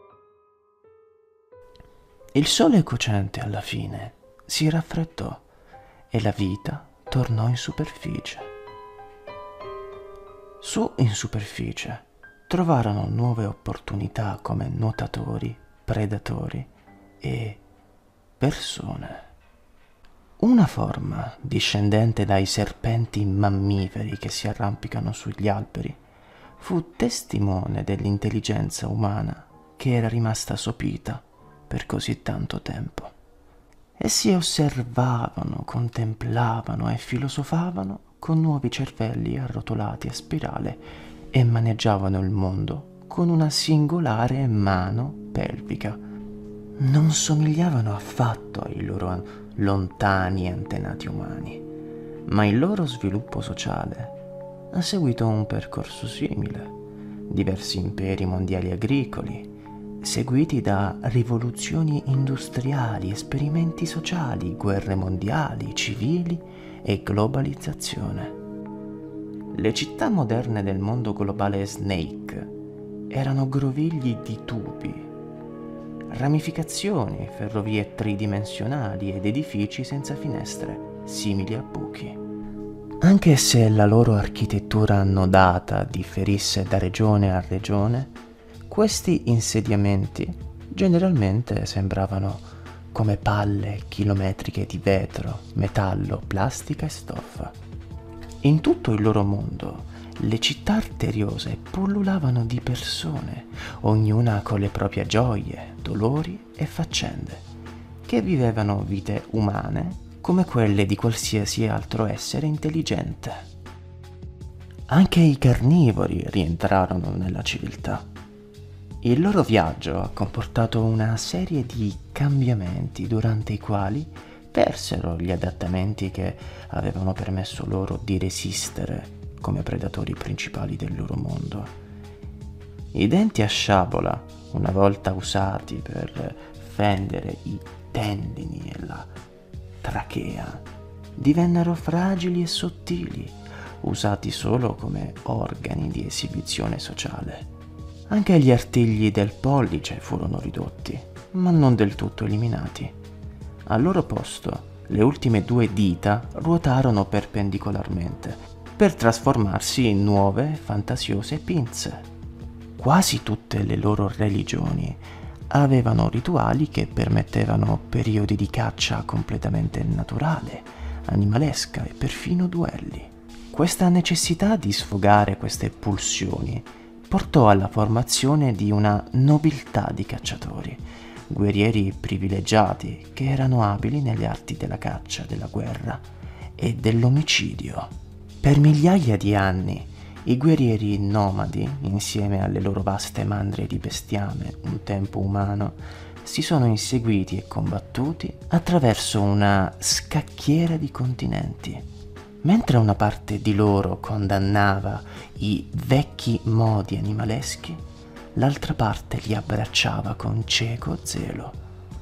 Il sole cocente alla fine si raffreddò e la vita tornò in superficie. Su in superficie trovarono nuove opportunità come nuotatori, predatori e persone. Una forma discendente dai serpenti mammiferi che si arrampicano sugli alberi fu testimone dell'intelligenza umana che era rimasta sopita per così tanto tempo. Essi osservavano, contemplavano e filosofavano con nuovi cervelli arrotolati a spirale e maneggiavano il mondo con una singolare mano pelvica. Non somigliavano affatto ai loro lontani antenati umani, ma il loro sviluppo sociale ha seguito un percorso simile. Diversi imperi mondiali agricoli, seguiti da rivoluzioni industriali, esperimenti sociali, guerre mondiali, civili e globalizzazione. Le città moderne del mondo globale Snake erano grovigli di tubi, ramificazioni, ferrovie tridimensionali ed edifici senza finestre, simili a buchi. Anche se la loro architettura annodata differisse da regione a regione, questi insediamenti generalmente sembravano come palle chilometriche di vetro, metallo, plastica e stoffa. In tutto il loro mondo, le città arteriose pullulavano di persone, ognuna con le proprie gioie, dolori e faccende, che vivevano vite umane come quelle di qualsiasi altro essere intelligente. Anche i carnivori rientrarono nella civiltà. Il loro viaggio ha comportato una serie di cambiamenti durante i quali persero gli adattamenti che avevano permesso loro di resistere come predatori principali del loro mondo. I denti a sciabola, una volta usati per fendere i tendini e la trachea, divennero fragili e sottili, usati solo come organi di esibizione sociale. Anche gli artigli del pollice furono ridotti, ma non del tutto eliminati. Al loro posto, le ultime due dita ruotarono perpendicolarmente per trasformarsi in nuove, fantasiose pinze. Quasi tutte le loro religioni avevano rituali che permettevano periodi di caccia completamente naturale, animalesca e perfino duelli. Questa necessità di sfogare queste pulsioni portò alla formazione di una nobiltà di cacciatori, guerrieri privilegiati che erano abili nelle arti della caccia, della guerra e dell'omicidio. Per migliaia di anni i guerrieri nomadi, insieme alle loro vaste mandrie di bestiame, un tempo umano, si sono inseguiti e combattuti attraverso una scacchiera di continenti. Mentre una parte di loro condannava i vecchi modi animaleschi, l'altra parte li abbracciava con cieco zelo.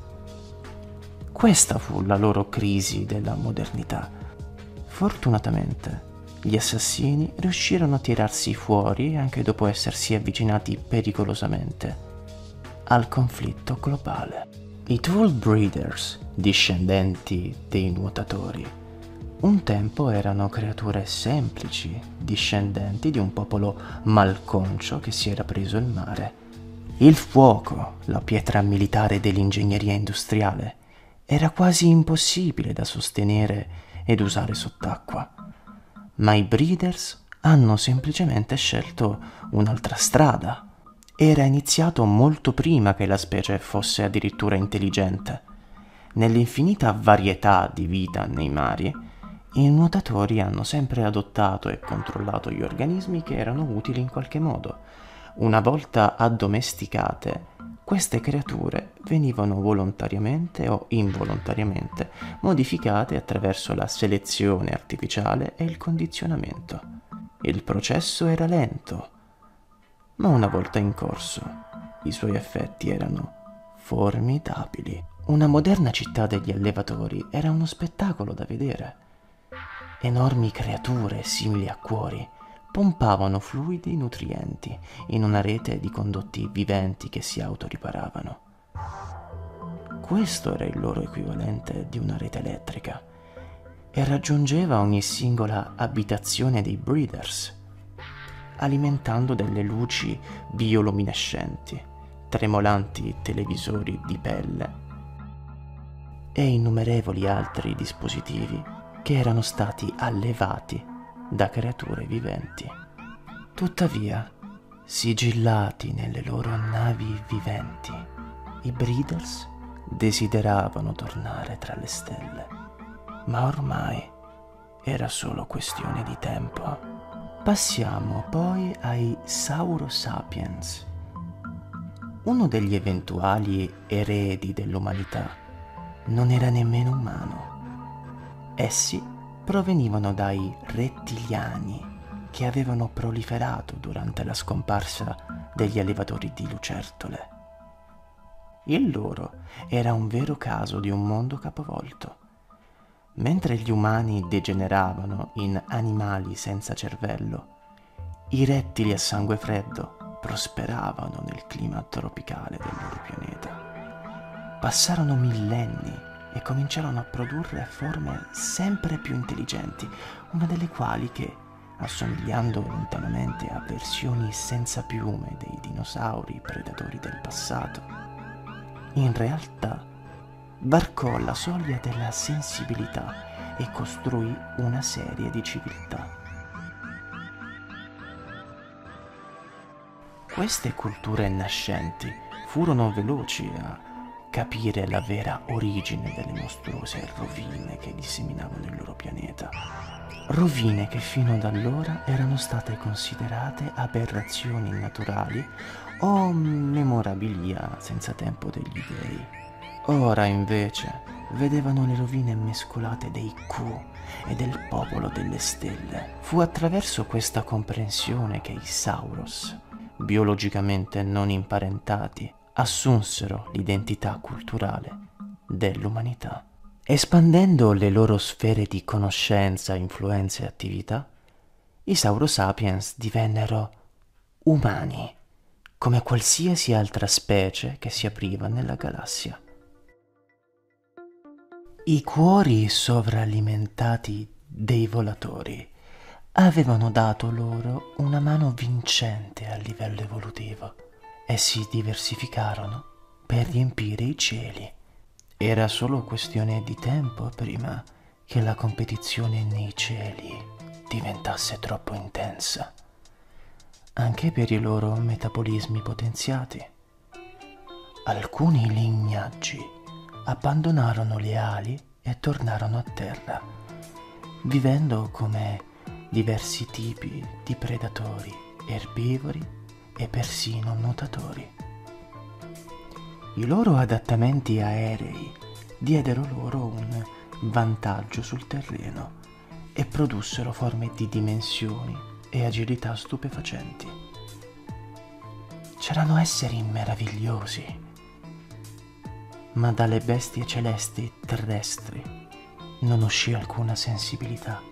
Questa fu la loro crisi della modernità. Fortunatamente, gli assassini riuscirono a tirarsi fuori anche dopo essersi avvicinati pericolosamente al conflitto globale. I Tool Breeders, discendenti dei nuotatori, un tempo erano creature semplici, discendenti di un popolo malconcio che si era preso il mare. Il fuoco, la pietra militare dell'ingegneria industriale, era quasi impossibile da sostenere ed usare sott'acqua. Ma i Breeders hanno semplicemente scelto un'altra strada. Era iniziato molto prima che la specie fosse addirittura intelligente. Nell'infinita varietà di vita nei mari, i nuotatori hanno sempre adottato e controllato gli organismi che erano utili in qualche modo. Una volta addomesticate, queste creature venivano volontariamente o involontariamente modificate attraverso la selezione artificiale e il condizionamento. Il processo era lento, ma una volta in corso, i suoi effetti erano formidabili. Una moderna città degli allevatori era uno spettacolo da vedere. Enormi creature simili a cuori pompavano fluidi nutrienti in una rete di condotti viventi che si autoriparavano. Questo era il loro equivalente di una rete elettrica e raggiungeva ogni singola abitazione dei Breeders, alimentando delle luci bioluminescenti, tremolanti televisori di pelle e innumerevoli altri dispositivi che erano stati allevati da creature viventi. Tuttavia, sigillati nelle loro navi viventi, i Breeders desideravano tornare tra le stelle, ma ormai era solo questione di tempo. Passiamo poi ai Saurosapiens, uno degli eventuali eredi dell'umanità. Non era nemmeno umano. Essi provenivano dai rettiliani che avevano proliferato durante la scomparsa degli allevatori di lucertole. Il loro era un vero caso di un mondo capovolto. Mentre gli umani degeneravano in animali senza cervello, i rettili a sangue freddo prosperavano nel clima tropicale del loro pianeta. Passarono millenni e cominciarono a produrre forme sempre più intelligenti, una delle quali che, assomigliando lontanamente a versioni senza piume dei dinosauri predatori del passato, in realtà varcò la soglia della sensibilità e costruì una serie di civiltà. Queste culture nascenti furono veloci a capire la vera origine delle mostruose rovine che disseminavano il loro pianeta. Rovine che fino ad allora erano state considerate aberrazioni naturali o memorabilia senza tempo degli dei. Ora invece vedevano le rovine mescolate dei Ku e del popolo delle stelle. Fu attraverso questa comprensione che i Sauros, biologicamente non imparentati, assunsero l'identità culturale dell'umanità. Espandendo le loro sfere di conoscenza, influenze e attività, i Saurosapiens divennero umani, come qualsiasi altra specie che si apriva nella galassia. I cuori sovralimentati dei volatori avevano dato loro una mano vincente a livello evolutivo e si diversificarono per riempire i cieli. Era solo questione di tempo prima che la competizione nei cieli diventasse troppo intensa, anche per i loro metabolismi potenziati. Alcuni lignaggi abbandonarono le ali e tornarono a terra, vivendo come diversi tipi di predatori, erbivori e persino nuotatori. I loro adattamenti aerei diedero loro un vantaggio sul terreno e produssero forme di dimensioni e agilità stupefacenti. C'erano esseri meravigliosi, ma dalle bestie celesti terrestri non uscì alcuna sensibilità.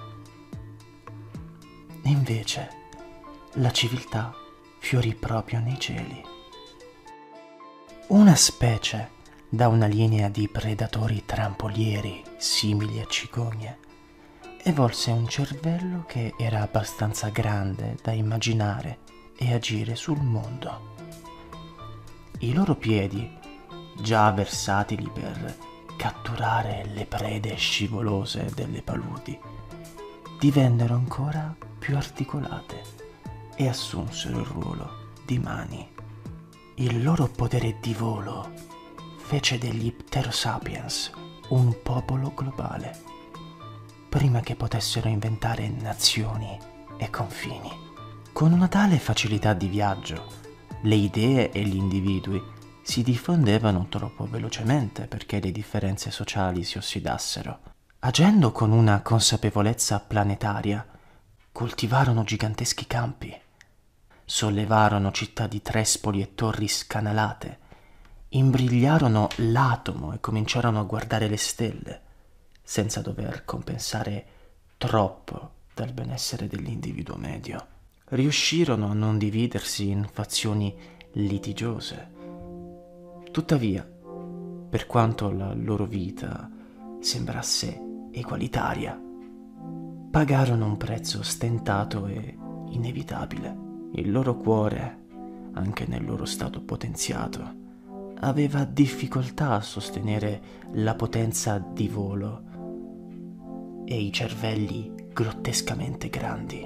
E invece la civiltà fiorì proprio nei cieli. Una specie da una linea di predatori trampolieri simili a cigogne evolse un cervello che era abbastanza grande da immaginare e agire sul mondo. I loro piedi, già versatili per catturare le prede scivolose delle paludi, divennero ancora più articolate e assunsero il ruolo di mani. Il loro potere di volo fece degli Pterosapiens un popolo globale, prima che potessero inventare nazioni e confini. Con una tale facilità di viaggio, le idee e gli individui si diffondevano troppo velocemente perché le differenze sociali si ossidassero. Agendo con una consapevolezza planetaria, coltivarono giganteschi campi, sollevarono città di trespoli e torri scanalate, imbrigliarono l'atomo e cominciarono a guardare le stelle, senza dover compensare troppo dal benessere dell'individuo medio. Riuscirono a non dividersi in fazioni litigiose. Tuttavia, per quanto la loro vita sembrasse egualitaria, pagarono un prezzo stentato e inevitabile. Il loro cuore, anche nel loro stato potenziato, aveva difficoltà a sostenere la potenza di volo e i cervelli grottescamente grandi.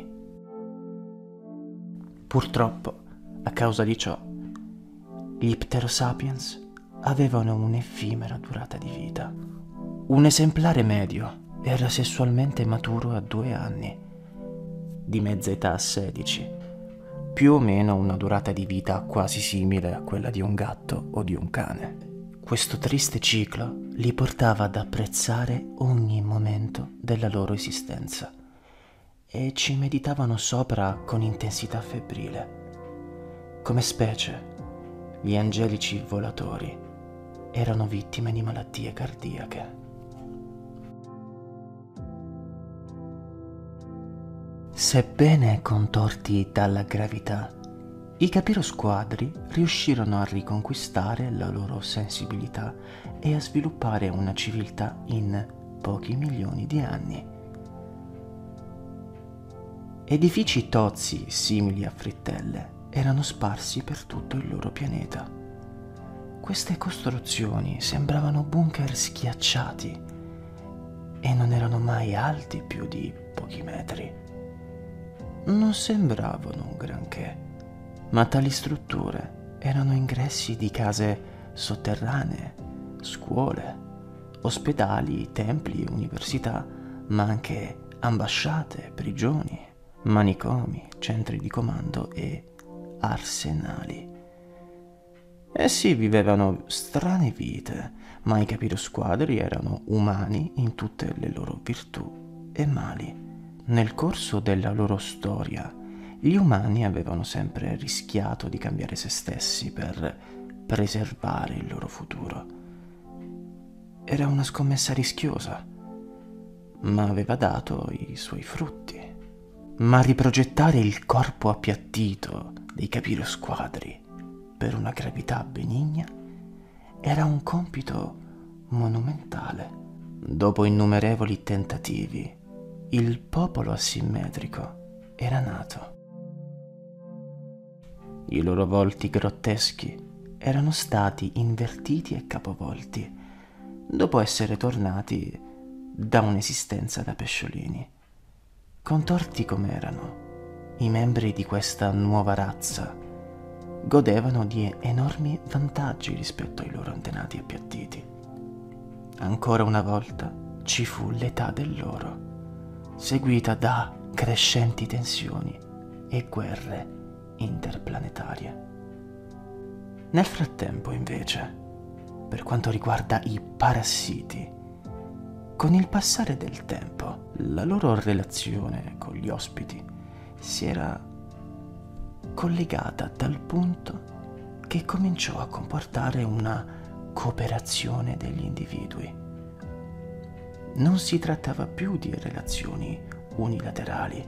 Purtroppo, a causa di ciò, gli Pterosapiens avevano un'effimera durata di vita. Un esemplare medio era sessualmente maturo a due anni, di mezza età a sedici, più o meno una durata di vita quasi simile a quella di un gatto o di un cane. Questo triste ciclo li portava ad apprezzare ogni momento della loro esistenza e ci meditavano sopra con intensità febbrile. Come specie, gli angelici volatori erano vittime di malattie cardiache. Sebbene contorti dalla gravità, I capirosquadri riuscirono a riconquistare la loro sensibilità e a sviluppare una civiltà in pochi milioni di anni. Edifici tozzi simili a frittelle erano sparsi per tutto il loro pianeta. Queste costruzioni sembravano bunker schiacciati e non erano mai alti più di pochi metri. Non sembravano un granché, ma tali strutture erano ingressi di case sotterranee, scuole, ospedali, templi, università, ma anche ambasciate, prigioni, manicomi, centri di comando e arsenali. Essi vivevano strane vite, ma i capirosquadri erano umani in tutte le loro virtù e mali. Nel corso della loro storia, gli umani avevano sempre rischiato di cambiare se stessi per preservare il loro futuro. Era una scommessa rischiosa, ma aveva dato i suoi frutti. Ma riprogettare il corpo appiattito dei capirosquadri per una gravità benigna era un compito monumentale. Dopo innumerevoli tentativi, il popolo asimmetrico era nato. I loro volti grotteschi erano stati invertiti e capovolti dopo essere tornati da un'esistenza da pesciolini. Contorti come erano, i membri di questa nuova razza godevano di enormi vantaggi rispetto ai loro antenati appiattiti. Ancora una volta ci fu l'età dell'oro, seguita da crescenti tensioni e guerre interplanetarie. Nel frattempo, invece, per quanto riguarda i parassiti, con il passare del tempo, la loro relazione con gli ospiti si era collegata a tal punto che cominciò a comportare una cooperazione degli individui. Non si trattava più di relazioni unilaterali.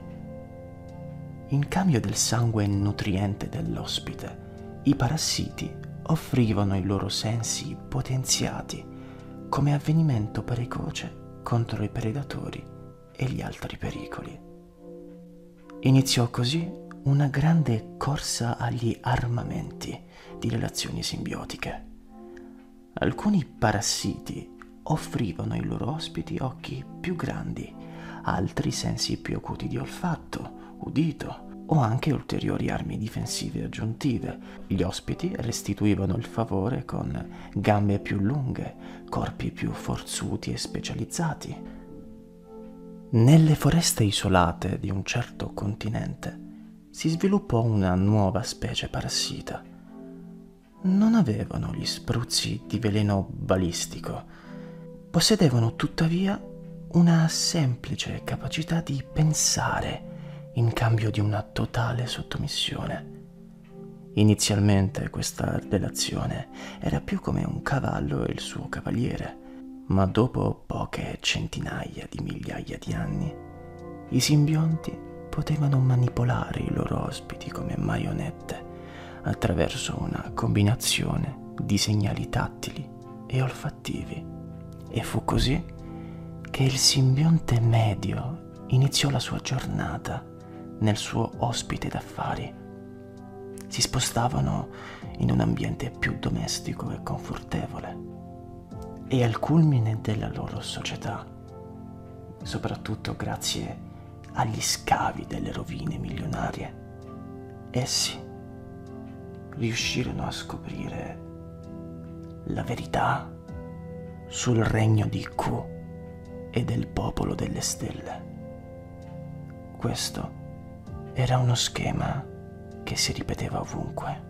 In cambio del sangue nutriente dell'ospite, i parassiti offrivano i loro sensi potenziati come avvenimento precoce contro i predatori e gli altri pericoli. Iniziò così una grande corsa agli armamenti di relazioni simbiotiche. Alcuni parassiti offrivano ai loro ospiti occhi più grandi, altri sensi più acuti di olfatto, udito o anche ulteriori armi difensive aggiuntive. Gli ospiti restituivano il favore con gambe più lunghe, corpi più forzuti e specializzati. Nelle foreste isolate di un certo continente si sviluppò una nuova specie parassita. Non avevano gli spruzzi di veleno balistico, possedevano tuttavia una semplice capacità di pensare in cambio di una totale sottomissione. Inizialmente questa relazione era più come un cavallo e il suo cavaliere, ma dopo poche centinaia di migliaia di anni, i simbionti potevano manipolare i loro ospiti come marionette attraverso una combinazione di segnali tattili e olfattivi. E fu così che il simbionte medio iniziò la sua giornata nel suo ospite d'affari. Si spostavano in un ambiente più domestico e confortevole. E al culmine della loro società, soprattutto grazie agli scavi delle rovine milionarie, essi riuscirono a scoprire la verità sul regno di Q e del popolo delle stelle. Questo era uno schema che si ripeteva ovunque.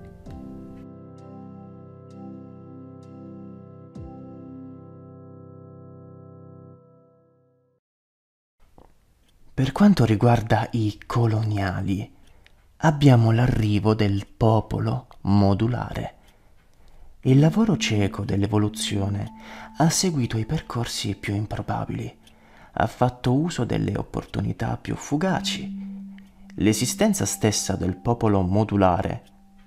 Per quanto riguarda i coloniali, abbiamo l'arrivo del popolo modulare. Il lavoro cieco dell'evoluzione ha seguito i percorsi più improbabili, ha fatto uso delle opportunità più fugaci. L'esistenza stessa del popolo modulare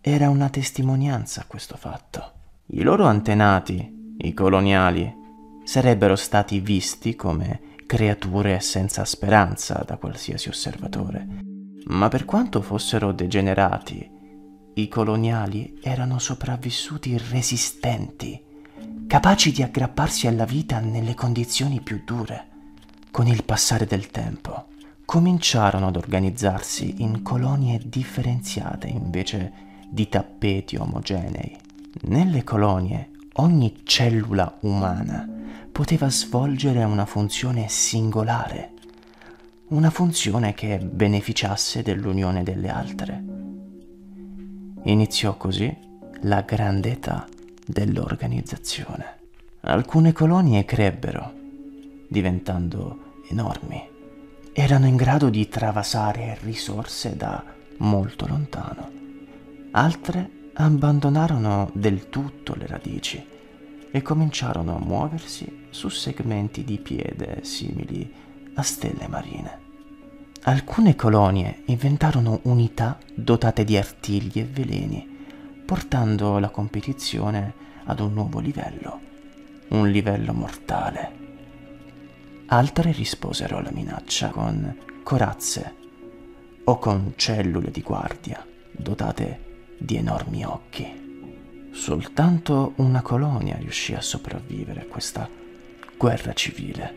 era una testimonianza a questo fatto. I loro antenati, i coloniali, sarebbero stati visti come creature senza speranza da qualsiasi osservatore. Ma per quanto fossero degenerati, i coloniali erano sopravvissuti resistenti, capaci di aggrapparsi alla vita nelle condizioni più dure. Con il passare del tempo, cominciarono ad organizzarsi in colonie differenziate invece di tappeti omogenei. Nelle colonie, ogni cellula umana poteva svolgere una funzione singolare, una funzione che beneficiasse dell'unione delle altre. Iniziò così la grande età dell'organizzazione. Alcune colonie crebbero, diventando enormi. Erano in grado di travasare risorse da molto lontano. Altre abbandonarono del tutto le radici e cominciarono a muoversi su segmenti di piede simili a stelle marine. Alcune colonie inventarono unità dotate di artigli e veleni, portando la competizione ad un nuovo livello, un livello mortale. Altre risposero alla minaccia con corazze o con cellule di guardia dotate di enormi occhi. Soltanto una colonia riuscì a sopravvivere a questa guerra civile.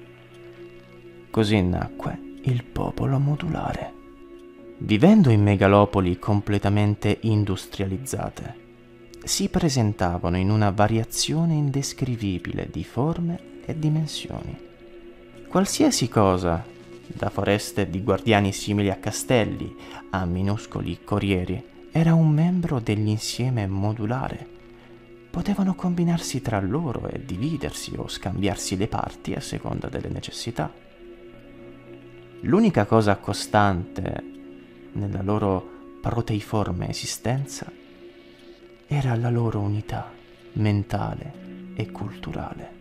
Così nacque il popolo modulare. Vivendo in megalopoli completamente industrializzate, si presentavano in una variazione indescrivibile di forme e dimensioni. Qualsiasi cosa, da foreste di guardiani simili a castelli a minuscoli corrieri, era un membro dell'insieme modulare. Potevano combinarsi tra loro e dividersi o scambiarsi le parti a seconda delle necessità. L'unica cosa costante nella loro proteiforme esistenza era la loro unità mentale e culturale.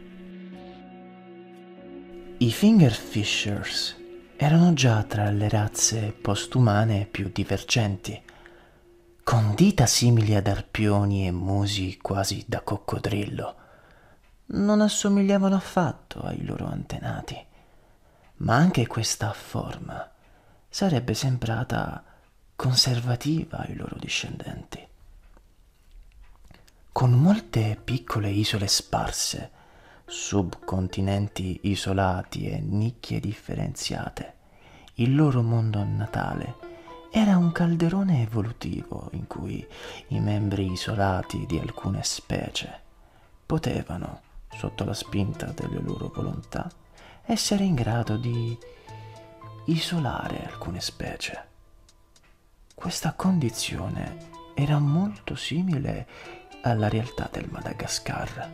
I Fingerfishers erano già tra le razze postumane più divergenti, con dita simili ad arpioni e musi quasi da coccodrillo. Non assomigliavano affatto ai loro antenati, ma anche questa forma sarebbe sembrata conservativa ai loro discendenti. Con molte piccole isole sparse, subcontinenti isolati e nicchie differenziate, il loro mondo natale era un calderone evolutivo in cui i membri isolati di alcune specie potevano, sotto la spinta delle loro volontà, essere in grado di isolare alcune specie. Questa condizione era molto simile alla realtà del Madagascar.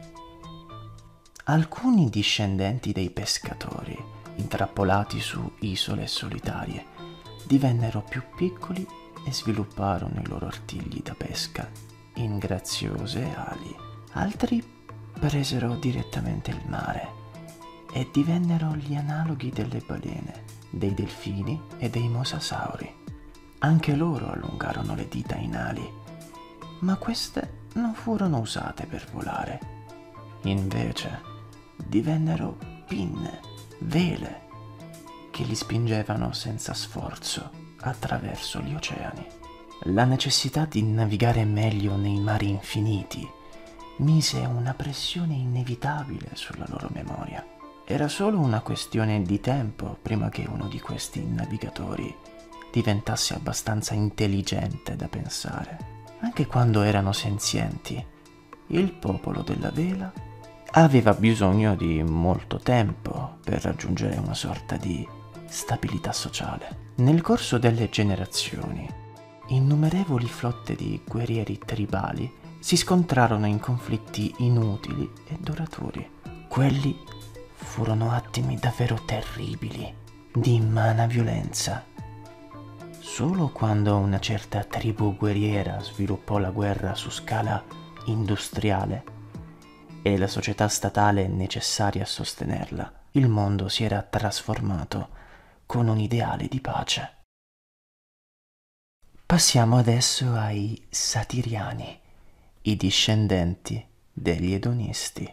Alcuni discendenti dei pescatori, intrappolati su isole solitarie, divennero più piccoli e svilupparono i loro artigli da pesca in graziose ali. Altri presero direttamente il mare e divennero gli analoghi delle balene, dei delfini e dei mosasauri. Anche loro allungarono le dita in ali, ma queste non furono usate per volare. Invece divennero pinne, vele, che li spingevano senza sforzo attraverso gli oceani. La necessità di navigare meglio nei mari infiniti mise una pressione inevitabile sulla loro memoria. Era solo una questione di tempo prima che uno di questi navigatori diventasse abbastanza intelligente da pensare. Anche quando erano senzienti, il popolo della vela aveva bisogno di molto tempo per raggiungere una sorta di stabilità sociale. Nel corso delle generazioni, innumerevoli flotte di guerrieri tribali si scontrarono in conflitti inutili e duraturi. Quelli furono attimi davvero terribili, di immane violenza. Solo quando una certa tribù guerriera sviluppò la guerra su scala industriale e la società statale necessaria a sostenerla, il mondo si era trasformato con un ideale di pace. Passiamo adesso ai Satiriani, i discendenti degli Edonisti.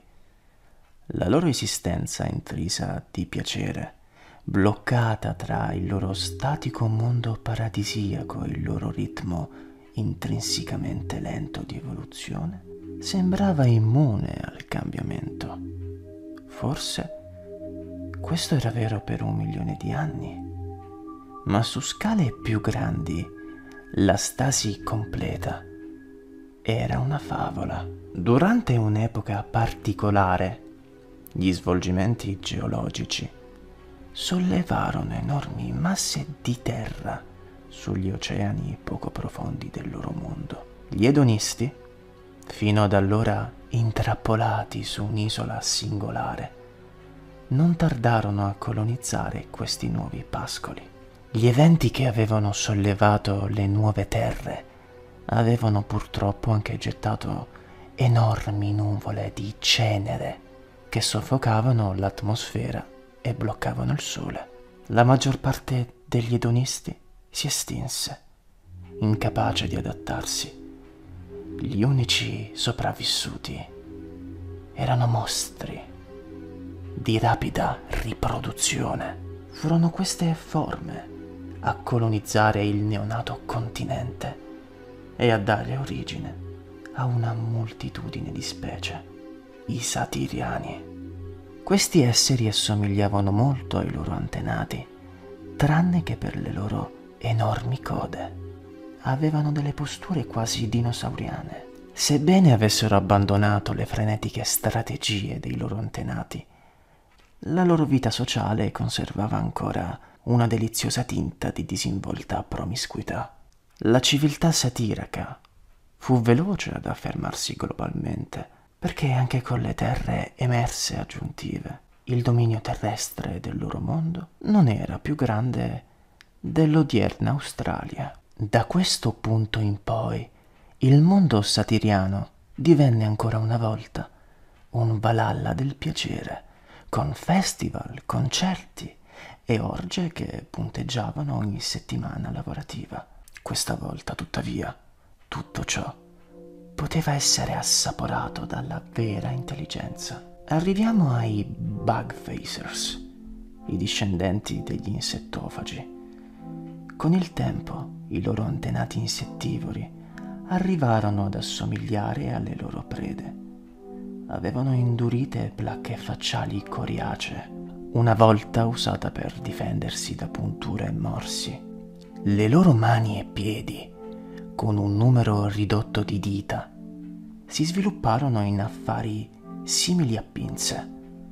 La loro esistenza intrisa di piacere, bloccata tra il loro statico mondo paradisiaco e il loro ritmo intrinsecamente lento di evoluzione, sembrava immune al cambiamento. Forse questo era vero per un milione di anni, ma su scale più grandi la stasi completa era una favola. Durante un'epoca particolare, gli svolgimenti geologici sollevarono enormi masse di terra sugli oceani poco profondi del loro mondo. Gli edonisti, fino ad allora intrappolati su un'isola singolare, non tardarono a colonizzare questi nuovi pascoli. Gli eventi che avevano sollevato le nuove terre avevano purtroppo anche gettato enormi nuvole di cenere che soffocavano l'atmosfera e bloccavano il sole. La maggior parte degli edonisti si estinse, incapace di adattarsi. Gli unici sopravvissuti erano mostri di rapida riproduzione. Furono queste forme a colonizzare il neonato continente e a dare origine a una moltitudine di specie, i Satiriani. Questi esseri assomigliavano molto ai loro antenati, tranne che per le loro enormi code. Avevano delle posture quasi dinosauriane. Sebbene avessero abbandonato le frenetiche strategie dei loro antenati, la loro vita sociale conservava ancora una deliziosa tinta di disinvolta promiscuità. La civiltà satirica fu veloce ad affermarsi globalmente, perché anche con le terre emerse aggiuntive, il dominio terrestre del loro mondo non era più grande dell'odierna Australia. Da questo punto in poi, il mondo satiriano divenne ancora una volta un valhalla del piacere, con festival, concerti e orge che punteggiavano ogni settimana lavorativa. Questa volta, tuttavia, tutto ciò poteva essere assaporato dalla vera intelligenza. Arriviamo ai Bugfacers, i discendenti degli insettofagi. Con il tempo, i loro antenati insettivori arrivarono ad assomigliare alle loro prede. Avevano indurite placche facciali coriacee, una volta usata per difendersi da punture e morsi. Le loro mani e piedi, con un numero ridotto di dita, si svilupparono in affari simili a pinze.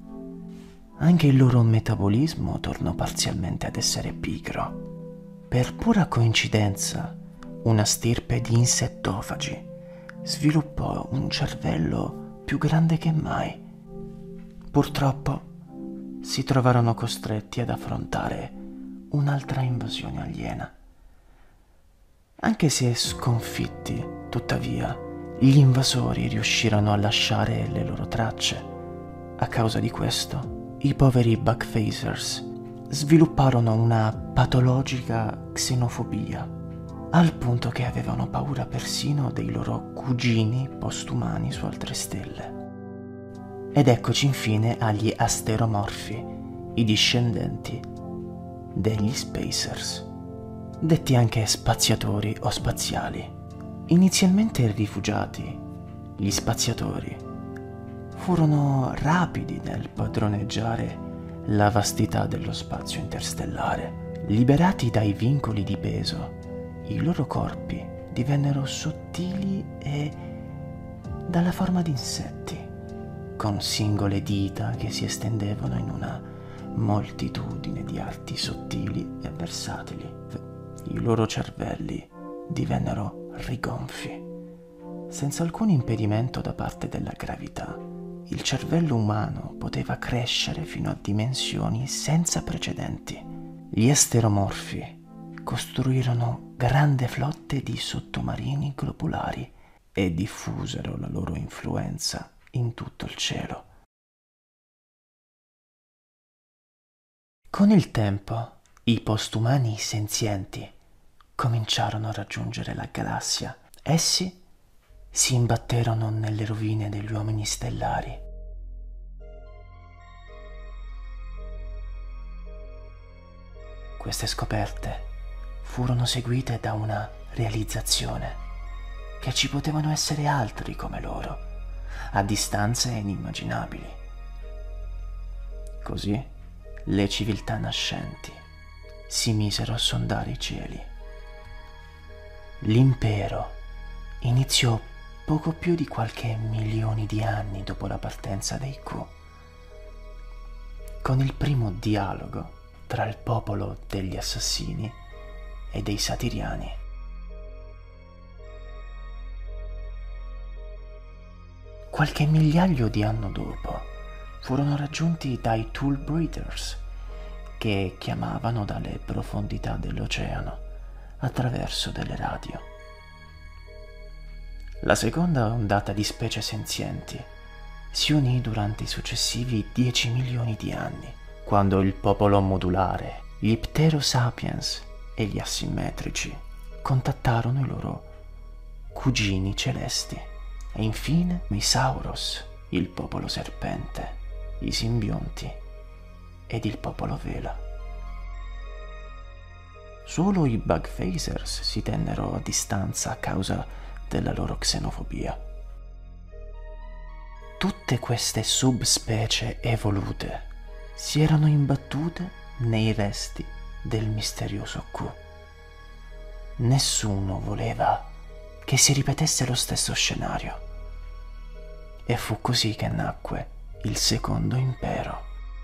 Anche il loro metabolismo tornò parzialmente ad essere pigro. Per pura coincidenza, una stirpe di insettofagi sviluppò un cervello più grande che mai. Purtroppo si trovarono costretti ad affrontare un'altra invasione aliena. Anche se sconfitti, tuttavia, gli invasori riuscirono a lasciare le loro tracce. A causa di questo, i poveri Bugfacers svilupparono una patologica xenofobia, al punto che avevano paura persino dei loro cugini postumani su altre stelle. Ed eccoci infine agli asteromorfi, i discendenti degli Spacers, detti anche spaziatori o spaziali. Inizialmente rifugiati, gli spaziatori furono rapidi nel padroneggiare la vastità dello spazio interstellare. Liberati dai vincoli di peso, i loro corpi divennero sottili e dalla forma di insetti, con singole dita che si estendevano in una moltitudine di arti sottili e versatili. I loro cervelli divennero rigonfi. Senza alcun impedimento da parte della gravità, il cervello umano poteva crescere fino a dimensioni senza precedenti. Gli asteromorfi costruirono grandi flotte di sottomarini globulari e diffusero la loro influenza in tutto il cielo. Con il tempo, i postumani senzienti cominciarono a raggiungere la galassia. Essi si imbatterono nelle rovine degli uomini stellari. Queste scoperte furono seguite da una realizzazione che ci potevano essere altri come loro, a distanze inimmaginabili. Così le civiltà nascenti si misero a sondare i cieli. L'impero iniziò poco più di qualche milioni di anni dopo la partenza dei Q, con il primo dialogo tra il popolo degli assassini e dei satiriani. Qualche migliaio di anni dopo furono raggiunti dai Tool Breeders, che chiamavano dalle profondità dell'oceano attraverso delle radio. La seconda ondata di specie senzienti si unì durante i successivi dieci milioni di anni, quando il popolo modulare, gli Pterosapiens e gli asimmetrici contattarono i loro cugini celesti, e infine i Sauros, il popolo serpente, i simbionti ed il popolo vela. Solo i Bugfacers si tennero a distanza a causa della loro xenofobia. Tutte queste subspecie evolute si erano imbattute nei resti del misterioso Q. Nessuno voleva che si ripetesse lo stesso scenario. E fu così che nacque il Secondo Impero.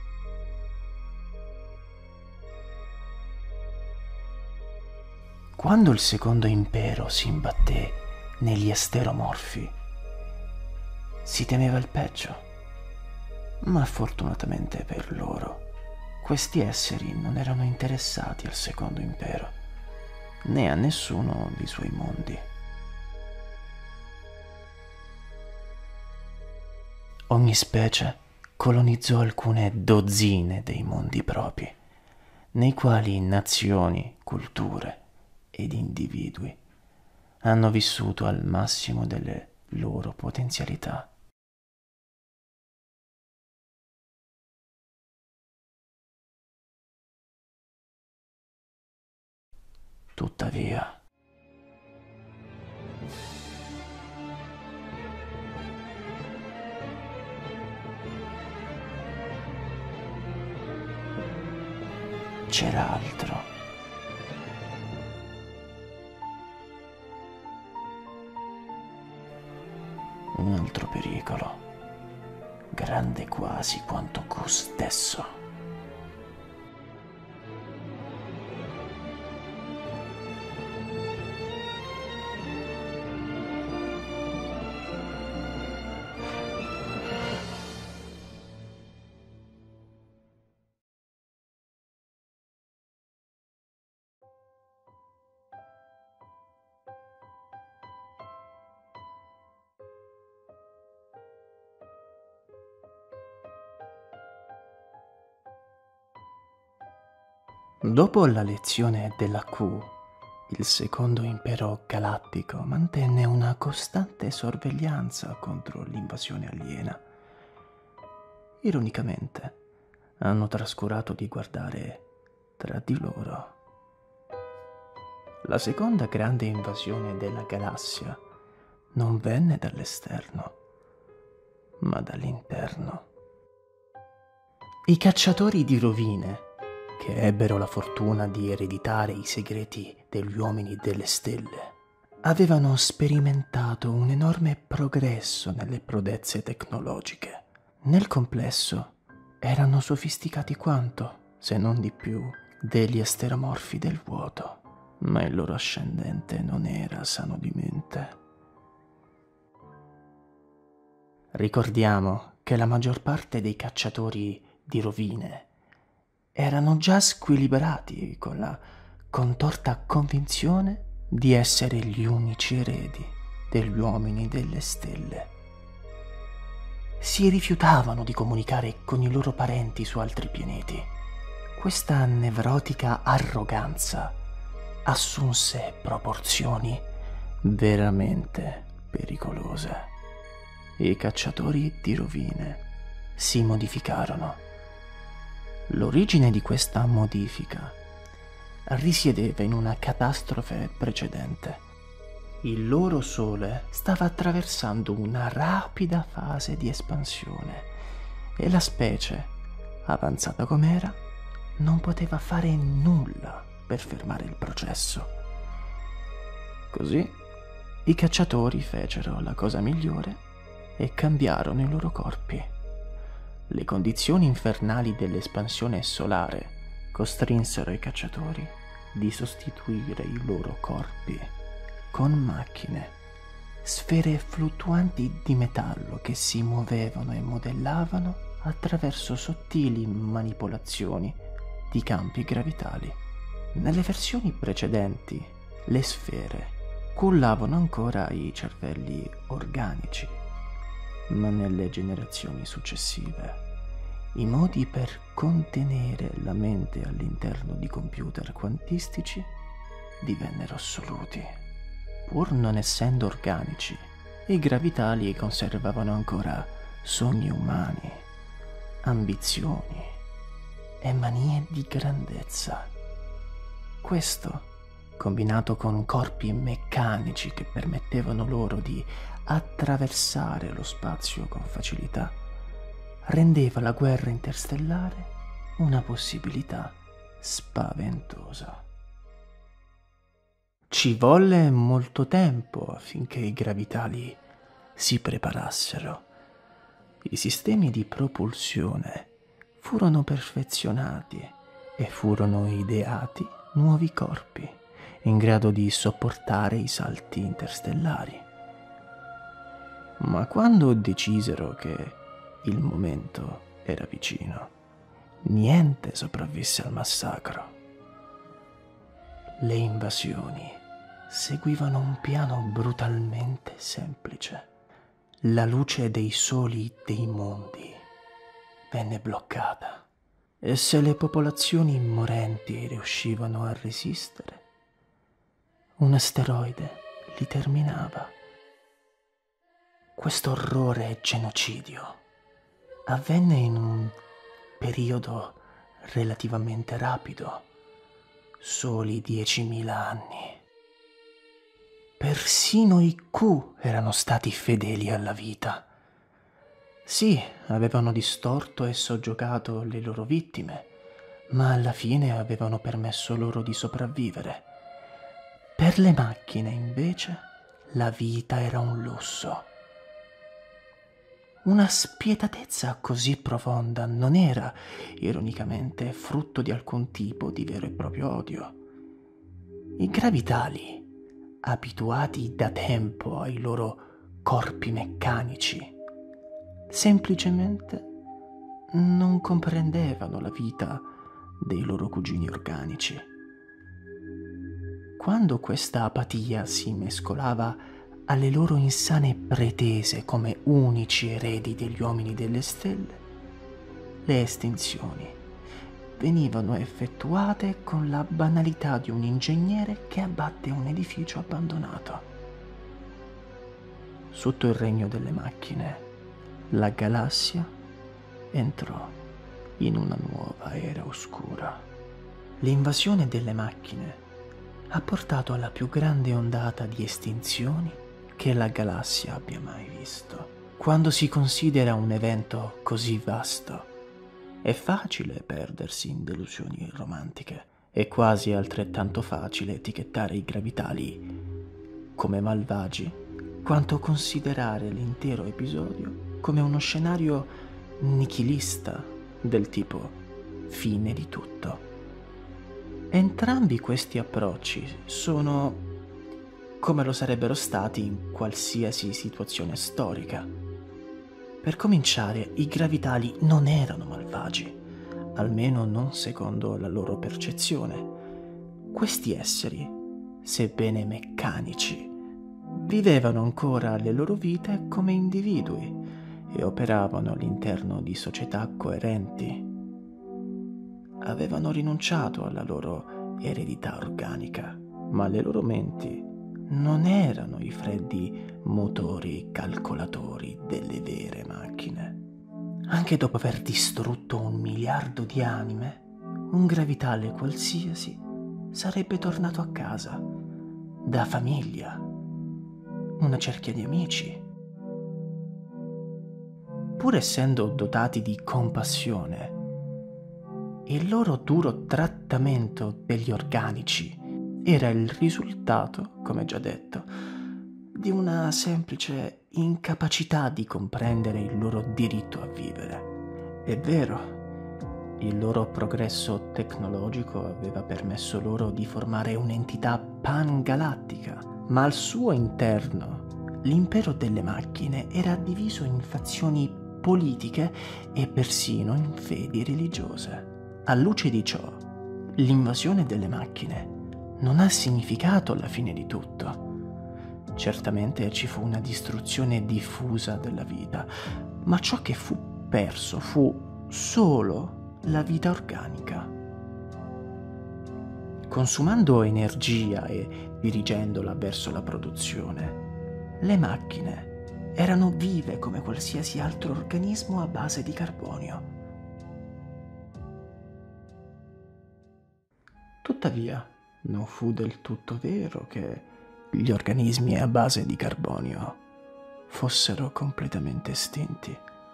Quando il Secondo Impero si imbatté negli asteromorfi, si temeva il peggio. Ma fortunatamente per loro, questi esseri non erano interessati al Secondo Impero, né a nessuno dei suoi mondi. Ogni specie colonizzò alcune dozzine dei mondi propri, nei quali nazioni, culture ed individui hanno vissuto al massimo delle loro potenzialità. Tuttavia, c'era altro. Un altro pericolo, grande quasi quanto Q stesso. Dopo la lezione della Q, il Secondo Impero Galattico mantenne una costante sorveglianza contro l'invasione aliena. Ironicamente, hanno trascurato di guardare tra di loro. La seconda grande invasione della galassia non venne dall'esterno, ma dall'interno. I cacciatori di rovine, che ebbero la fortuna di ereditare i segreti degli uomini delle stelle, avevano sperimentato un enorme progresso nelle prodezze tecnologiche. Nel complesso erano sofisticati quanto, se non di più, degli asteromorfi del vuoto, ma il loro ascendente non era sano di mente. Ricordiamo che la maggior parte dei cacciatori di rovine erano già squilibrati con la contorta convinzione di essere gli unici eredi degli uomini delle stelle. Si rifiutavano di comunicare con i loro parenti su altri pianeti. Questa nevrotica arroganza assunse proporzioni veramente pericolose. I cacciatori di rovine si modificarono. L'origine di questa modifica risiedeva in una catastrofe precedente. Il loro sole stava attraversando una rapida fase di espansione e la specie, avanzata com'era, non poteva fare nulla per fermare il processo. Così i cacciatori fecero la cosa migliore e cambiarono i loro corpi. Le condizioni infernali dell'espansione solare costrinsero i cacciatori di sostituire i loro corpi con macchine, sfere fluttuanti di metallo che si muovevano e modellavano attraverso sottili manipolazioni di campi gravitali. Nelle versioni precedenti, le sfere cullavano ancora i cervelli organici, ma nelle generazioni successive i modi per contenere la mente all'interno di computer quantistici divennero assoluti. Pur non essendo organici, i gravitali conservavano ancora sogni umani, ambizioni e manie di grandezza. Questo, combinato con corpi meccanici che permettevano loro di attraversare lo spazio con facilità, rendeva la guerra interstellare una possibilità spaventosa. Ci volle molto tempo affinché i gravitali si preparassero. I sistemi di propulsione furono perfezionati e furono ideati nuovi corpi in grado di sopportare i salti interstellari. Ma quando decisero che il momento era vicino, niente sopravvisse al massacro. Le invasioni seguivano un piano brutalmente semplice. La luce dei soli dei mondi venne bloccata e se le popolazioni morenti riuscivano a resistere, un asteroide li terminava. Questo orrore genocidio avvenne in un periodo relativamente rapido, soli diecimila anni. Persino i Q erano stati fedeli alla vita. Sì, avevano distorto e soggiogato le loro vittime, ma alla fine avevano permesso loro di sopravvivere. Per le macchine, invece, la vita era un lusso. Una spietatezza così profonda non era, ironicamente, frutto di alcun tipo di vero e proprio odio. I gravitali, abituati da tempo ai loro corpi meccanici, semplicemente non comprendevano la vita dei loro cugini organici. Quando questa apatia si mescolava alle loro insane pretese come unici eredi degli uomini delle stelle, le estinzioni venivano effettuate con la banalità di un ingegnere che abbatte un edificio abbandonato. Sotto il regno delle macchine, la galassia entrò in una nuova era oscura. L'invasione delle macchine ha portato alla più grande ondata di estinzioni che la galassia abbia mai visto. Quando si considera un evento così vasto, è facile perdersi in delusioni romantiche. È quasi altrettanto facile etichettare i gravitali come malvagi quanto considerare l'intero episodio come uno scenario nichilista del tipo fine di tutto. Entrambi questi approcci sono come lo sarebbero stati in qualsiasi situazione storica. Per cominciare, i gravitali non erano malvagi, almeno non secondo la loro percezione. Questi esseri, sebbene meccanici, vivevano ancora le loro vite come individui e operavano all'interno di società coerenti. Avevano rinunciato alla loro eredità organica ma le loro menti non erano i freddi motori calcolatori delle vere macchine. Anche dopo aver distrutto un miliardo di anime, un gravitale qualsiasi sarebbe tornato a casa, da famiglia, una cerchia di amici. Pur essendo dotati di compassione, il loro duro trattamento degli organici era il risultato, come già detto, di una semplice incapacità di comprendere il loro diritto a vivere. È vero, il loro progresso tecnologico aveva permesso loro di formare un'entità pangalattica, ma al suo interno l'impero delle macchine era diviso in fazioni politiche e persino in fedi religiose. A luce di ciò, l'invasione delle macchine non ha significato la fine di tutto. Certamente ci fu una distruzione diffusa della vita, ma ciò che fu perso fu solo la vita organica. Consumando energia e dirigendola verso la produzione, le macchine erano vive come qualsiasi altro organismo a base di carbonio. Tuttavia, non fu del tutto vero che gli organismi a base di carbonio fossero completamente estinti,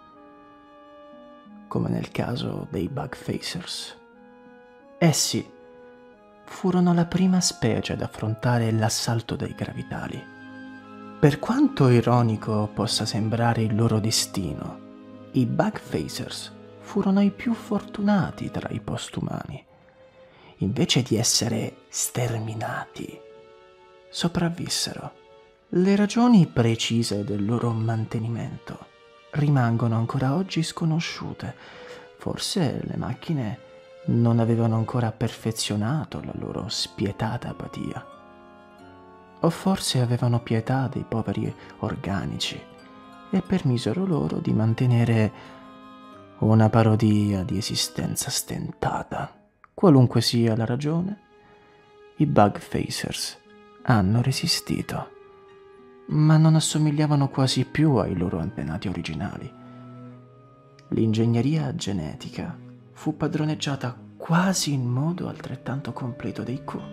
come nel caso dei Bugfacers. Essi furono la prima specie ad affrontare l'assalto dei gravitali. Per quanto ironico possa sembrare il loro destino, i Bugfacers furono i più fortunati tra i postumani. Invece di essere sterminati, sopravvissero. Le ragioni precise del loro mantenimento rimangono ancora oggi sconosciute. Forse le macchine non avevano ancora perfezionato la loro spietata apatia. O forse avevano pietà dei poveri organici e permisero loro di mantenere una parodia di esistenza stentata. Qualunque sia la ragione, i Bugfacers hanno resistito, ma non assomigliavano quasi più ai loro antenati originali. L'ingegneria genetica fu padroneggiata quasi in modo altrettanto completo dei Q.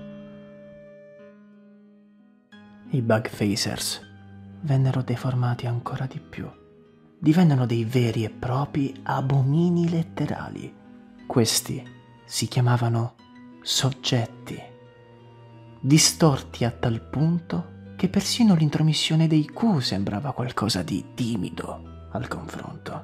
I Bugfacers vennero deformati ancora di più. Divennero dei veri e propri abomini letterali. Questi si chiamavano soggetti, distorti a tal punto che persino l'intromissione dei Q sembrava qualcosa di timido al confronto.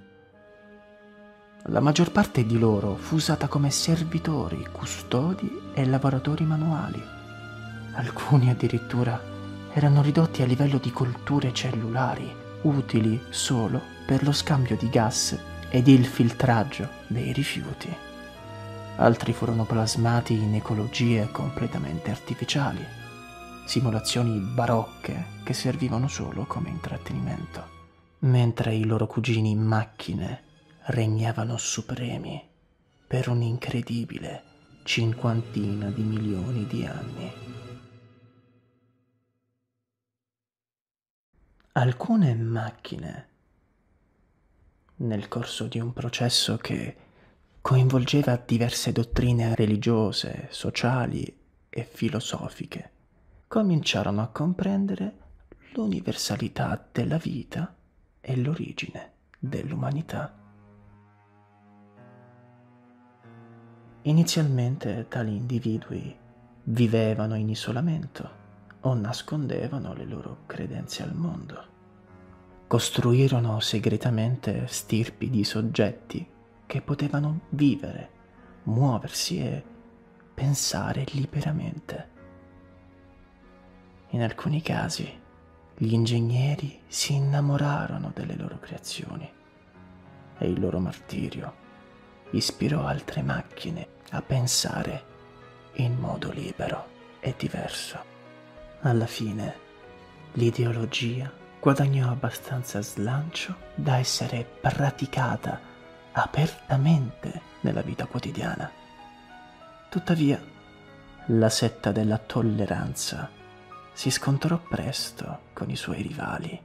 La maggior parte di loro fu usata come servitori, custodi e lavoratori manuali. Alcuni addirittura erano ridotti a livello di colture cellulari, utili solo per lo scambio di gas ed il filtraggio dei rifiuti. Altri furono plasmati in ecologie completamente artificiali, simulazioni barocche che servivano solo come intrattenimento, mentre i loro cugini in macchine regnavano supremi per un'incredibile cinquantina di milioni di anni. Alcune macchine, nel corso di un processo che coinvolgeva diverse dottrine religiose, sociali e filosofiche, cominciarono a comprendere l'universalità della vita e l'origine dell'umanità. Inizialmente tali individui vivevano in isolamento o nascondevano le loro credenze al mondo. Costruirono segretamente stirpi di soggetti che potevano vivere, muoversi e pensare liberamente. In alcuni casi, gli ingegneri si innamorarono delle loro creazioni e il loro martirio ispirò altre macchine a pensare in modo libero e diverso. Alla fine, l'ideologia guadagnò abbastanza slancio da essere praticata apertamente nella vita quotidiana. Tuttavia, La setta della tolleranza si scontrò presto con i suoi rivali.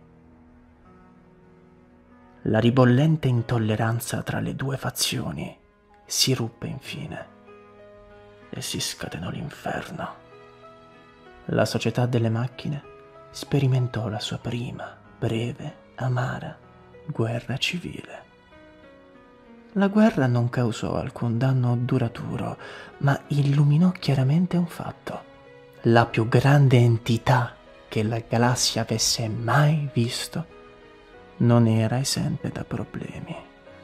La ribollente intolleranza tra le due fazioni si ruppe infine e si scatenò l'inferno. La società delle macchine sperimentò la sua prima, breve, amara guerra civile. La guerra non causò alcun danno duraturo, ma illuminò chiaramente un fatto: la più grande entità che la galassia avesse mai visto non era esente da problemi.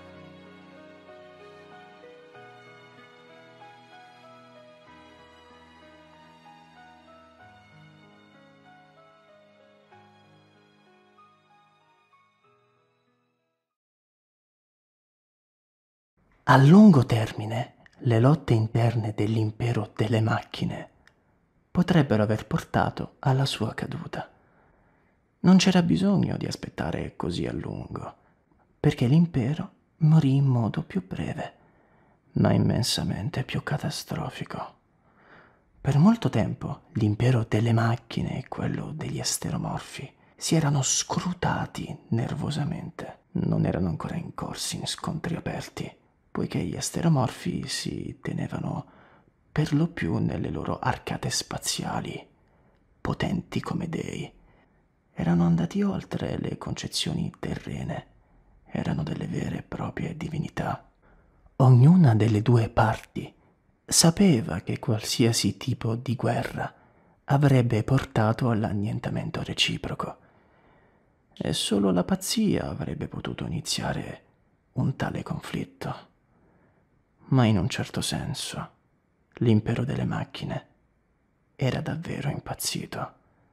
A lungo termine, le lotte interne dell'impero delle macchine potrebbero aver portato alla sua caduta. Non c'era bisogno di aspettare così a lungo, perché l'impero morì in modo più breve, ma immensamente più catastrofico. Per molto tempo l'impero delle macchine e quello degli asteromorfi si erano scrutati nervosamente. Non erano ancora incorsi in scontri aperti, poiché gli asteromorfi si tenevano per lo più nelle loro arcate spaziali, potenti come dei. Erano andati oltre le concezioni terrene, erano delle vere e proprie divinità. Ognuna delle due parti sapeva che qualsiasi tipo di guerra avrebbe portato all'annientamento reciproco, e solo la pazzia avrebbe potuto iniziare un tale conflitto. Ma in un certo senso, l'impero delle macchine era davvero impazzito.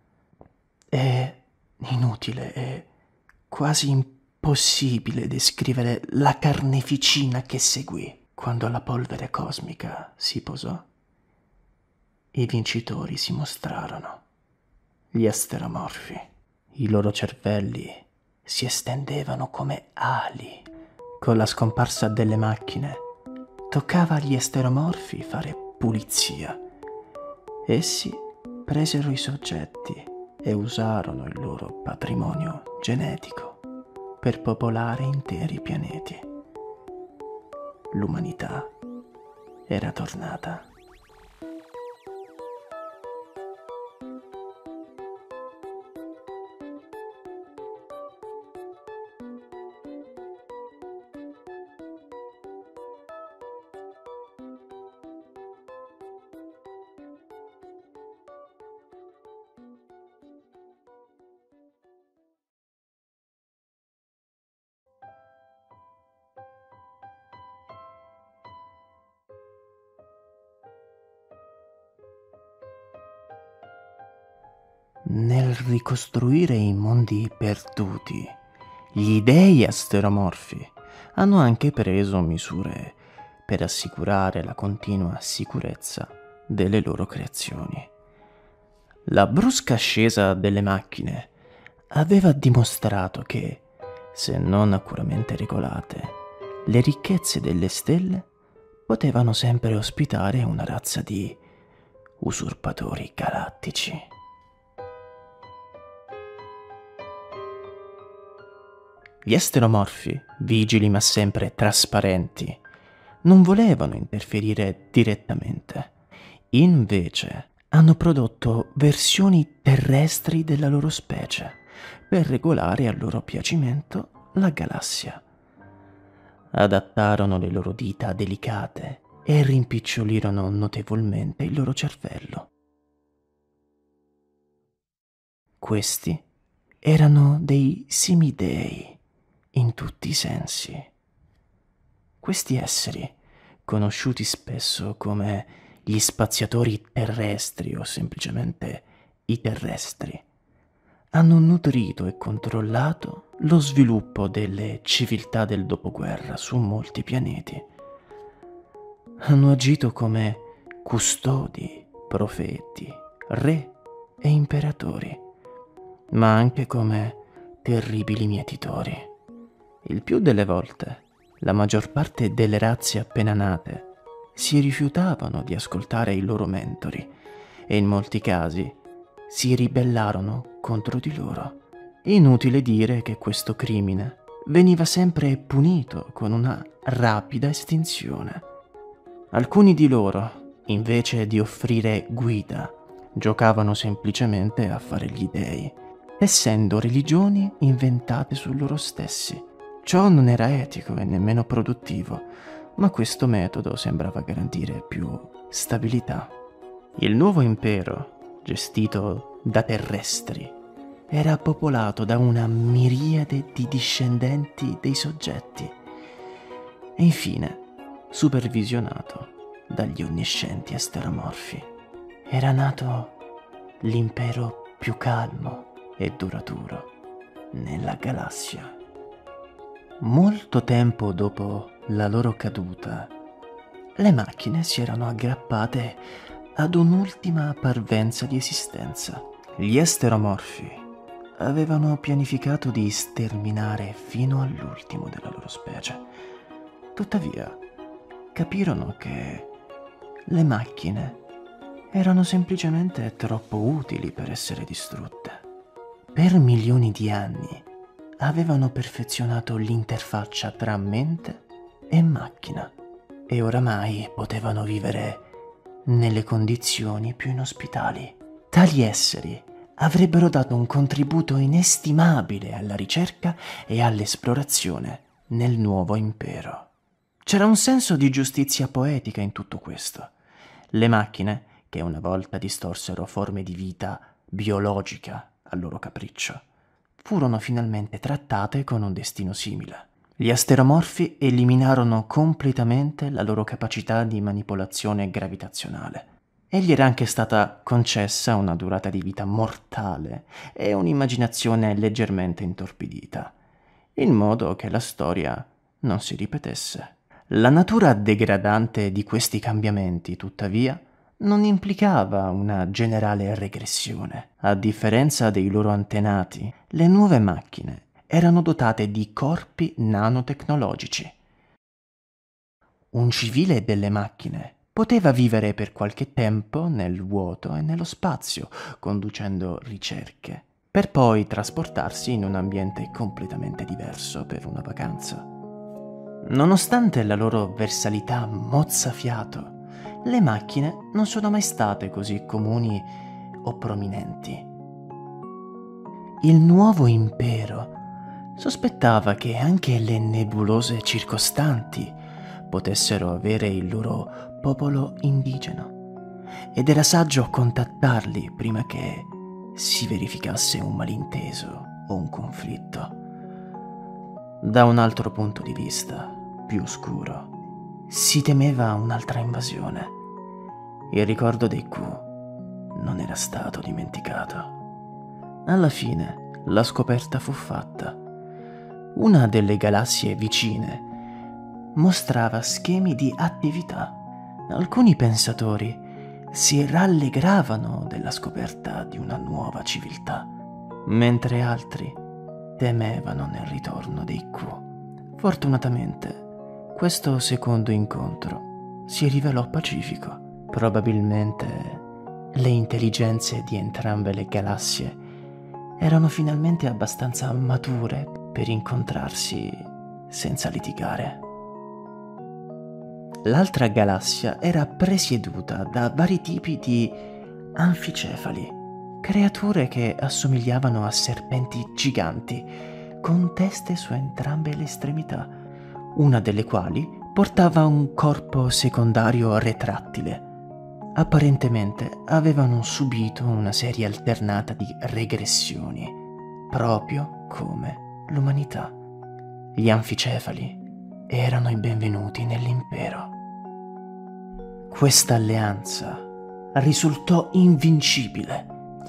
È inutile e quasi impossibile descrivere la carneficina che seguì quando la polvere cosmica si posò. I vincitori si mostrarono, gli asteromorfi. I loro cervelli si estendevano come ali. Con la scomparsa delle macchine toccava agli asteromorfi fare pulizia. Essi presero i soggetti e usarono il loro patrimonio genetico per popolare interi pianeti. L'umanità era tornata. Nel ricostruire i mondi perduti, gli dei asteromorfi hanno anche preso misure per assicurare la continua sicurezza delle loro creazioni. La brusca ascesa delle macchine aveva dimostrato che, se non accuramente regolate, le ricchezze delle stelle potevano sempre ospitare una razza di usurpatori galattici. Gli asteromorfi, vigili ma sempre trasparenti, non volevano interferire direttamente. Invece, hanno prodotto versioni terrestri della loro specie per regolare a loro piacimento la galassia. Adattarono le loro dita delicate e rimpicciolirono notevolmente il loro cervello. Questi erano dei semidei in tutti i sensi. Questi esseri, conosciuti spesso come gli spaziatori terrestri o semplicemente i terrestri, hanno nutrito e controllato lo sviluppo delle civiltà del dopoguerra su molti pianeti. Hanno agito come custodi, profeti, re e imperatori, ma anche come terribili mietitori. Il più delle volte, la maggior parte delle razze appena nate si rifiutavano di ascoltare i loro mentori e in molti casi si ribellarono contro di loro. Inutile dire che questo crimine veniva sempre punito con una rapida estinzione. Alcuni di loro, invece di offrire guida, giocavano semplicemente a fare gli dei, essendo religioni inventate su loro stessi. Ciò non era etico e nemmeno produttivo, ma questo metodo sembrava garantire più stabilità. Il nuovo impero, gestito da terrestri, era popolato da una miriade di discendenti dei soggetti e infine supervisionato dagli onniscienti esteromorfi. Era nato l'impero più calmo e duraturo nella galassia. Molto tempo dopo la loro caduta, le macchine si erano aggrappate ad un'ultima parvenza di esistenza. Gli esteromorfi avevano pianificato di sterminare fino all'ultimo della loro specie. Tuttavia, capirono che le macchine erano semplicemente troppo utili per essere distrutte. Per milioni di anni avevano perfezionato l'interfaccia tra mente e macchina e oramai potevano vivere nelle condizioni più inospitali. Tali esseri avrebbero dato un contributo inestimabile alla ricerca e all'esplorazione nel nuovo impero. C'era un senso di giustizia poetica in tutto questo. Le macchine, che una volta distorsero forme di vita biologica a loro capriccio, furono finalmente trattate con un destino simile. Gli asteromorfi eliminarono completamente la loro capacità di manipolazione gravitazionale e gli era anche stata concessa una durata di vita mortale e un'immaginazione leggermente intorpidita, in modo che la storia non si ripetesse. La natura degradante di questi cambiamenti, tuttavia, non implicava una generale regressione. A differenza dei loro antenati, le nuove macchine erano dotate di corpi nanotecnologici. Un civile delle macchine poteva vivere per qualche tempo nel vuoto e nello spazio, conducendo ricerche, per poi trasportarsi in un ambiente completamente diverso per una vacanza. Nonostante la loro versatilità mozzafiato, le macchine non sono mai state così comuni o prominenti. Il nuovo impero sospettava che anche le nebulose circostanti potessero avere il loro popolo indigeno ed era saggio contattarli prima che si verificasse un malinteso o un conflitto. Da un altro punto di vista, più oscuro, si temeva un'altra invasione. Il ricordo dei Q non era stato dimenticato. Alla fine la scoperta fu fatta. Una delle galassie vicine mostrava schemi di attività. Alcuni pensatori si rallegravano della scoperta di una nuova civiltà, mentre altri temevano nel ritorno dei Q. Fortunatamente, questo secondo incontro si rivelò pacifico. Probabilmente le intelligenze di entrambe le galassie erano finalmente abbastanza mature per incontrarsi senza litigare. L'altra galassia era presieduta da vari tipi di anficefali, creature che assomigliavano a serpenti giganti con teste su entrambe le estremità, una delle quali portava un corpo secondario retrattile. Apparentemente avevano subito una serie alternata di regressioni, proprio come l'umanità. Gli anficefali erano i benvenuti nell'impero. Questa alleanza risultò invincibile.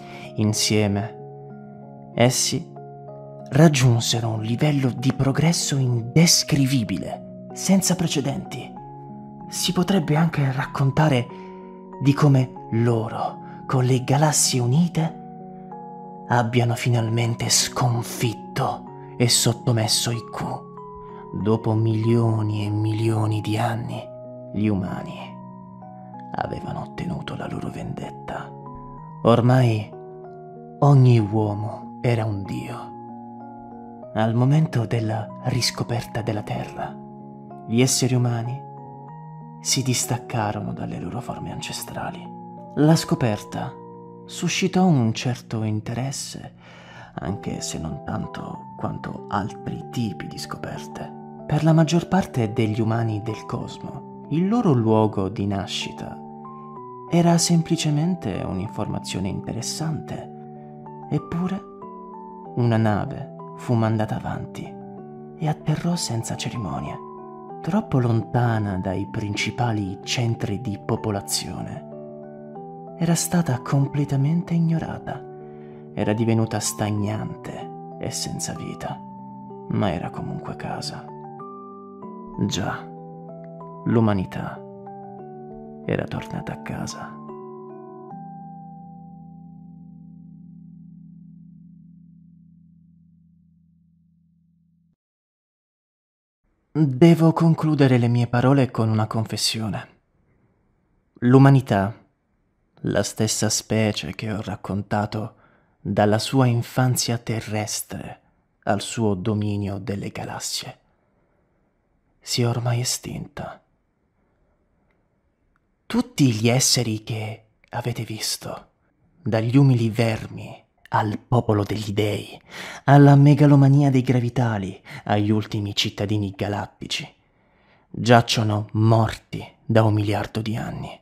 Insieme, essi raggiunsero un livello di progresso indescrivibile, senza precedenti. Si potrebbe anche raccontare di come loro, con le galassie unite, abbiano finalmente sconfitto e sottomesso i Q. Dopo milioni e milioni di anni, gli umani avevano ottenuto la loro vendetta. Ormai ogni uomo era un dio. Al momento della riscoperta della Terra, gli esseri umani si distaccarono dalle loro forme ancestrali. La scoperta suscitò un certo interesse, anche se non tanto quanto altri tipi di scoperte. Per la maggior parte degli umani del cosmo, il loro luogo di nascita era semplicemente un'informazione interessante. Eppure, una nave fu mandata avanti e atterrò senza cerimonie, troppo lontana dai principali centri di popolazione. Era stata completamente ignorata, era divenuta stagnante e senza vita, ma era comunque casa. Già, l'umanità era tornata a casa. Devo concludere le mie parole con una confessione. L'umanità, la stessa specie che ho raccontato dalla sua infanzia terrestre al suo dominio delle galassie, si è ormai estinta. Tutti gli esseri che avete visto, dagli umili vermi al popolo degli dei, alla megalomania dei gravitali, agli ultimi cittadini galattici, giacciono morti da un miliardo di anni.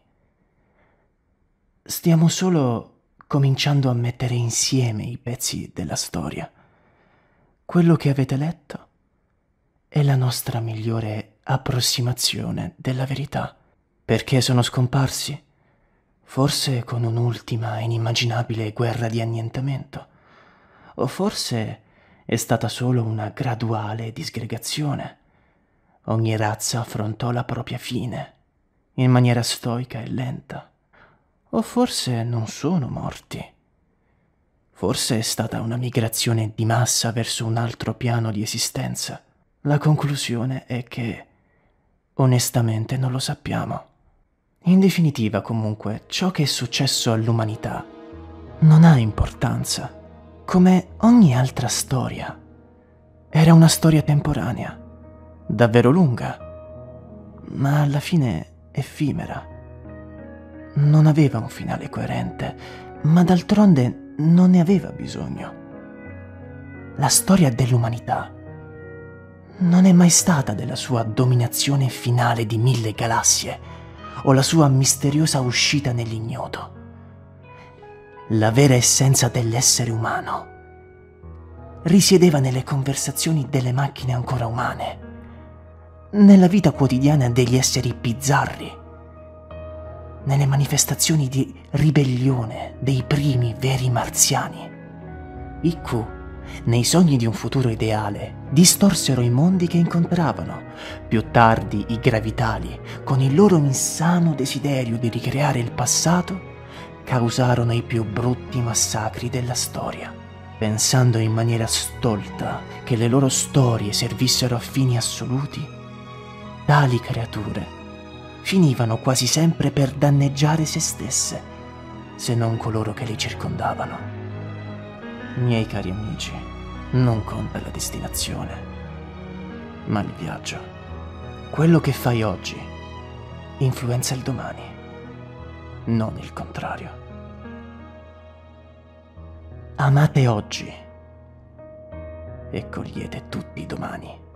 Stiamo solo cominciando a mettere insieme i pezzi della storia. Quello che avete letto è la nostra migliore approssimazione della verità. Perché sono scomparsi? Forse con un'ultima inimmaginabile guerra di annientamento. O forse è stata solo una graduale disgregazione. Ogni razza affrontò la propria fine, in maniera stoica e lenta. O forse non sono morti. Forse è stata una migrazione di massa verso un altro piano di esistenza. La conclusione è che, onestamente, non lo sappiamo. In definitiva, comunque, ciò che è successo all'umanità non ha importanza, come ogni altra storia. Era una storia temporanea, davvero lunga, ma alla fine effimera. Non aveva un finale coerente, ma d'altronde non ne aveva bisogno. La storia dell'umanità non è mai stata della sua dominazione finale di mille galassie o la sua misteriosa uscita nell'ignoto. La vera essenza dell'essere umano risiedeva nelle conversazioni delle macchine ancora umane, nella vita quotidiana degli esseri bizzarri, nelle manifestazioni di ribellione dei primi veri marziani. I Q, nei sogni di un futuro ideale, distorsero i mondi che incontravano. Più tardi i gravitali, con il loro insano desiderio di ricreare il passato, causarono i più brutti massacri della storia. Pensando in maniera stolta che le loro storie servissero a fini assoluti, tali creature finivano quasi sempre per danneggiare se stesse, se non coloro che li circondavano. Miei cari amici, non conta la destinazione, ma il viaggio. Quello che fai oggi influenza il domani, non il contrario. Amate oggi e cogliete tutti i domani.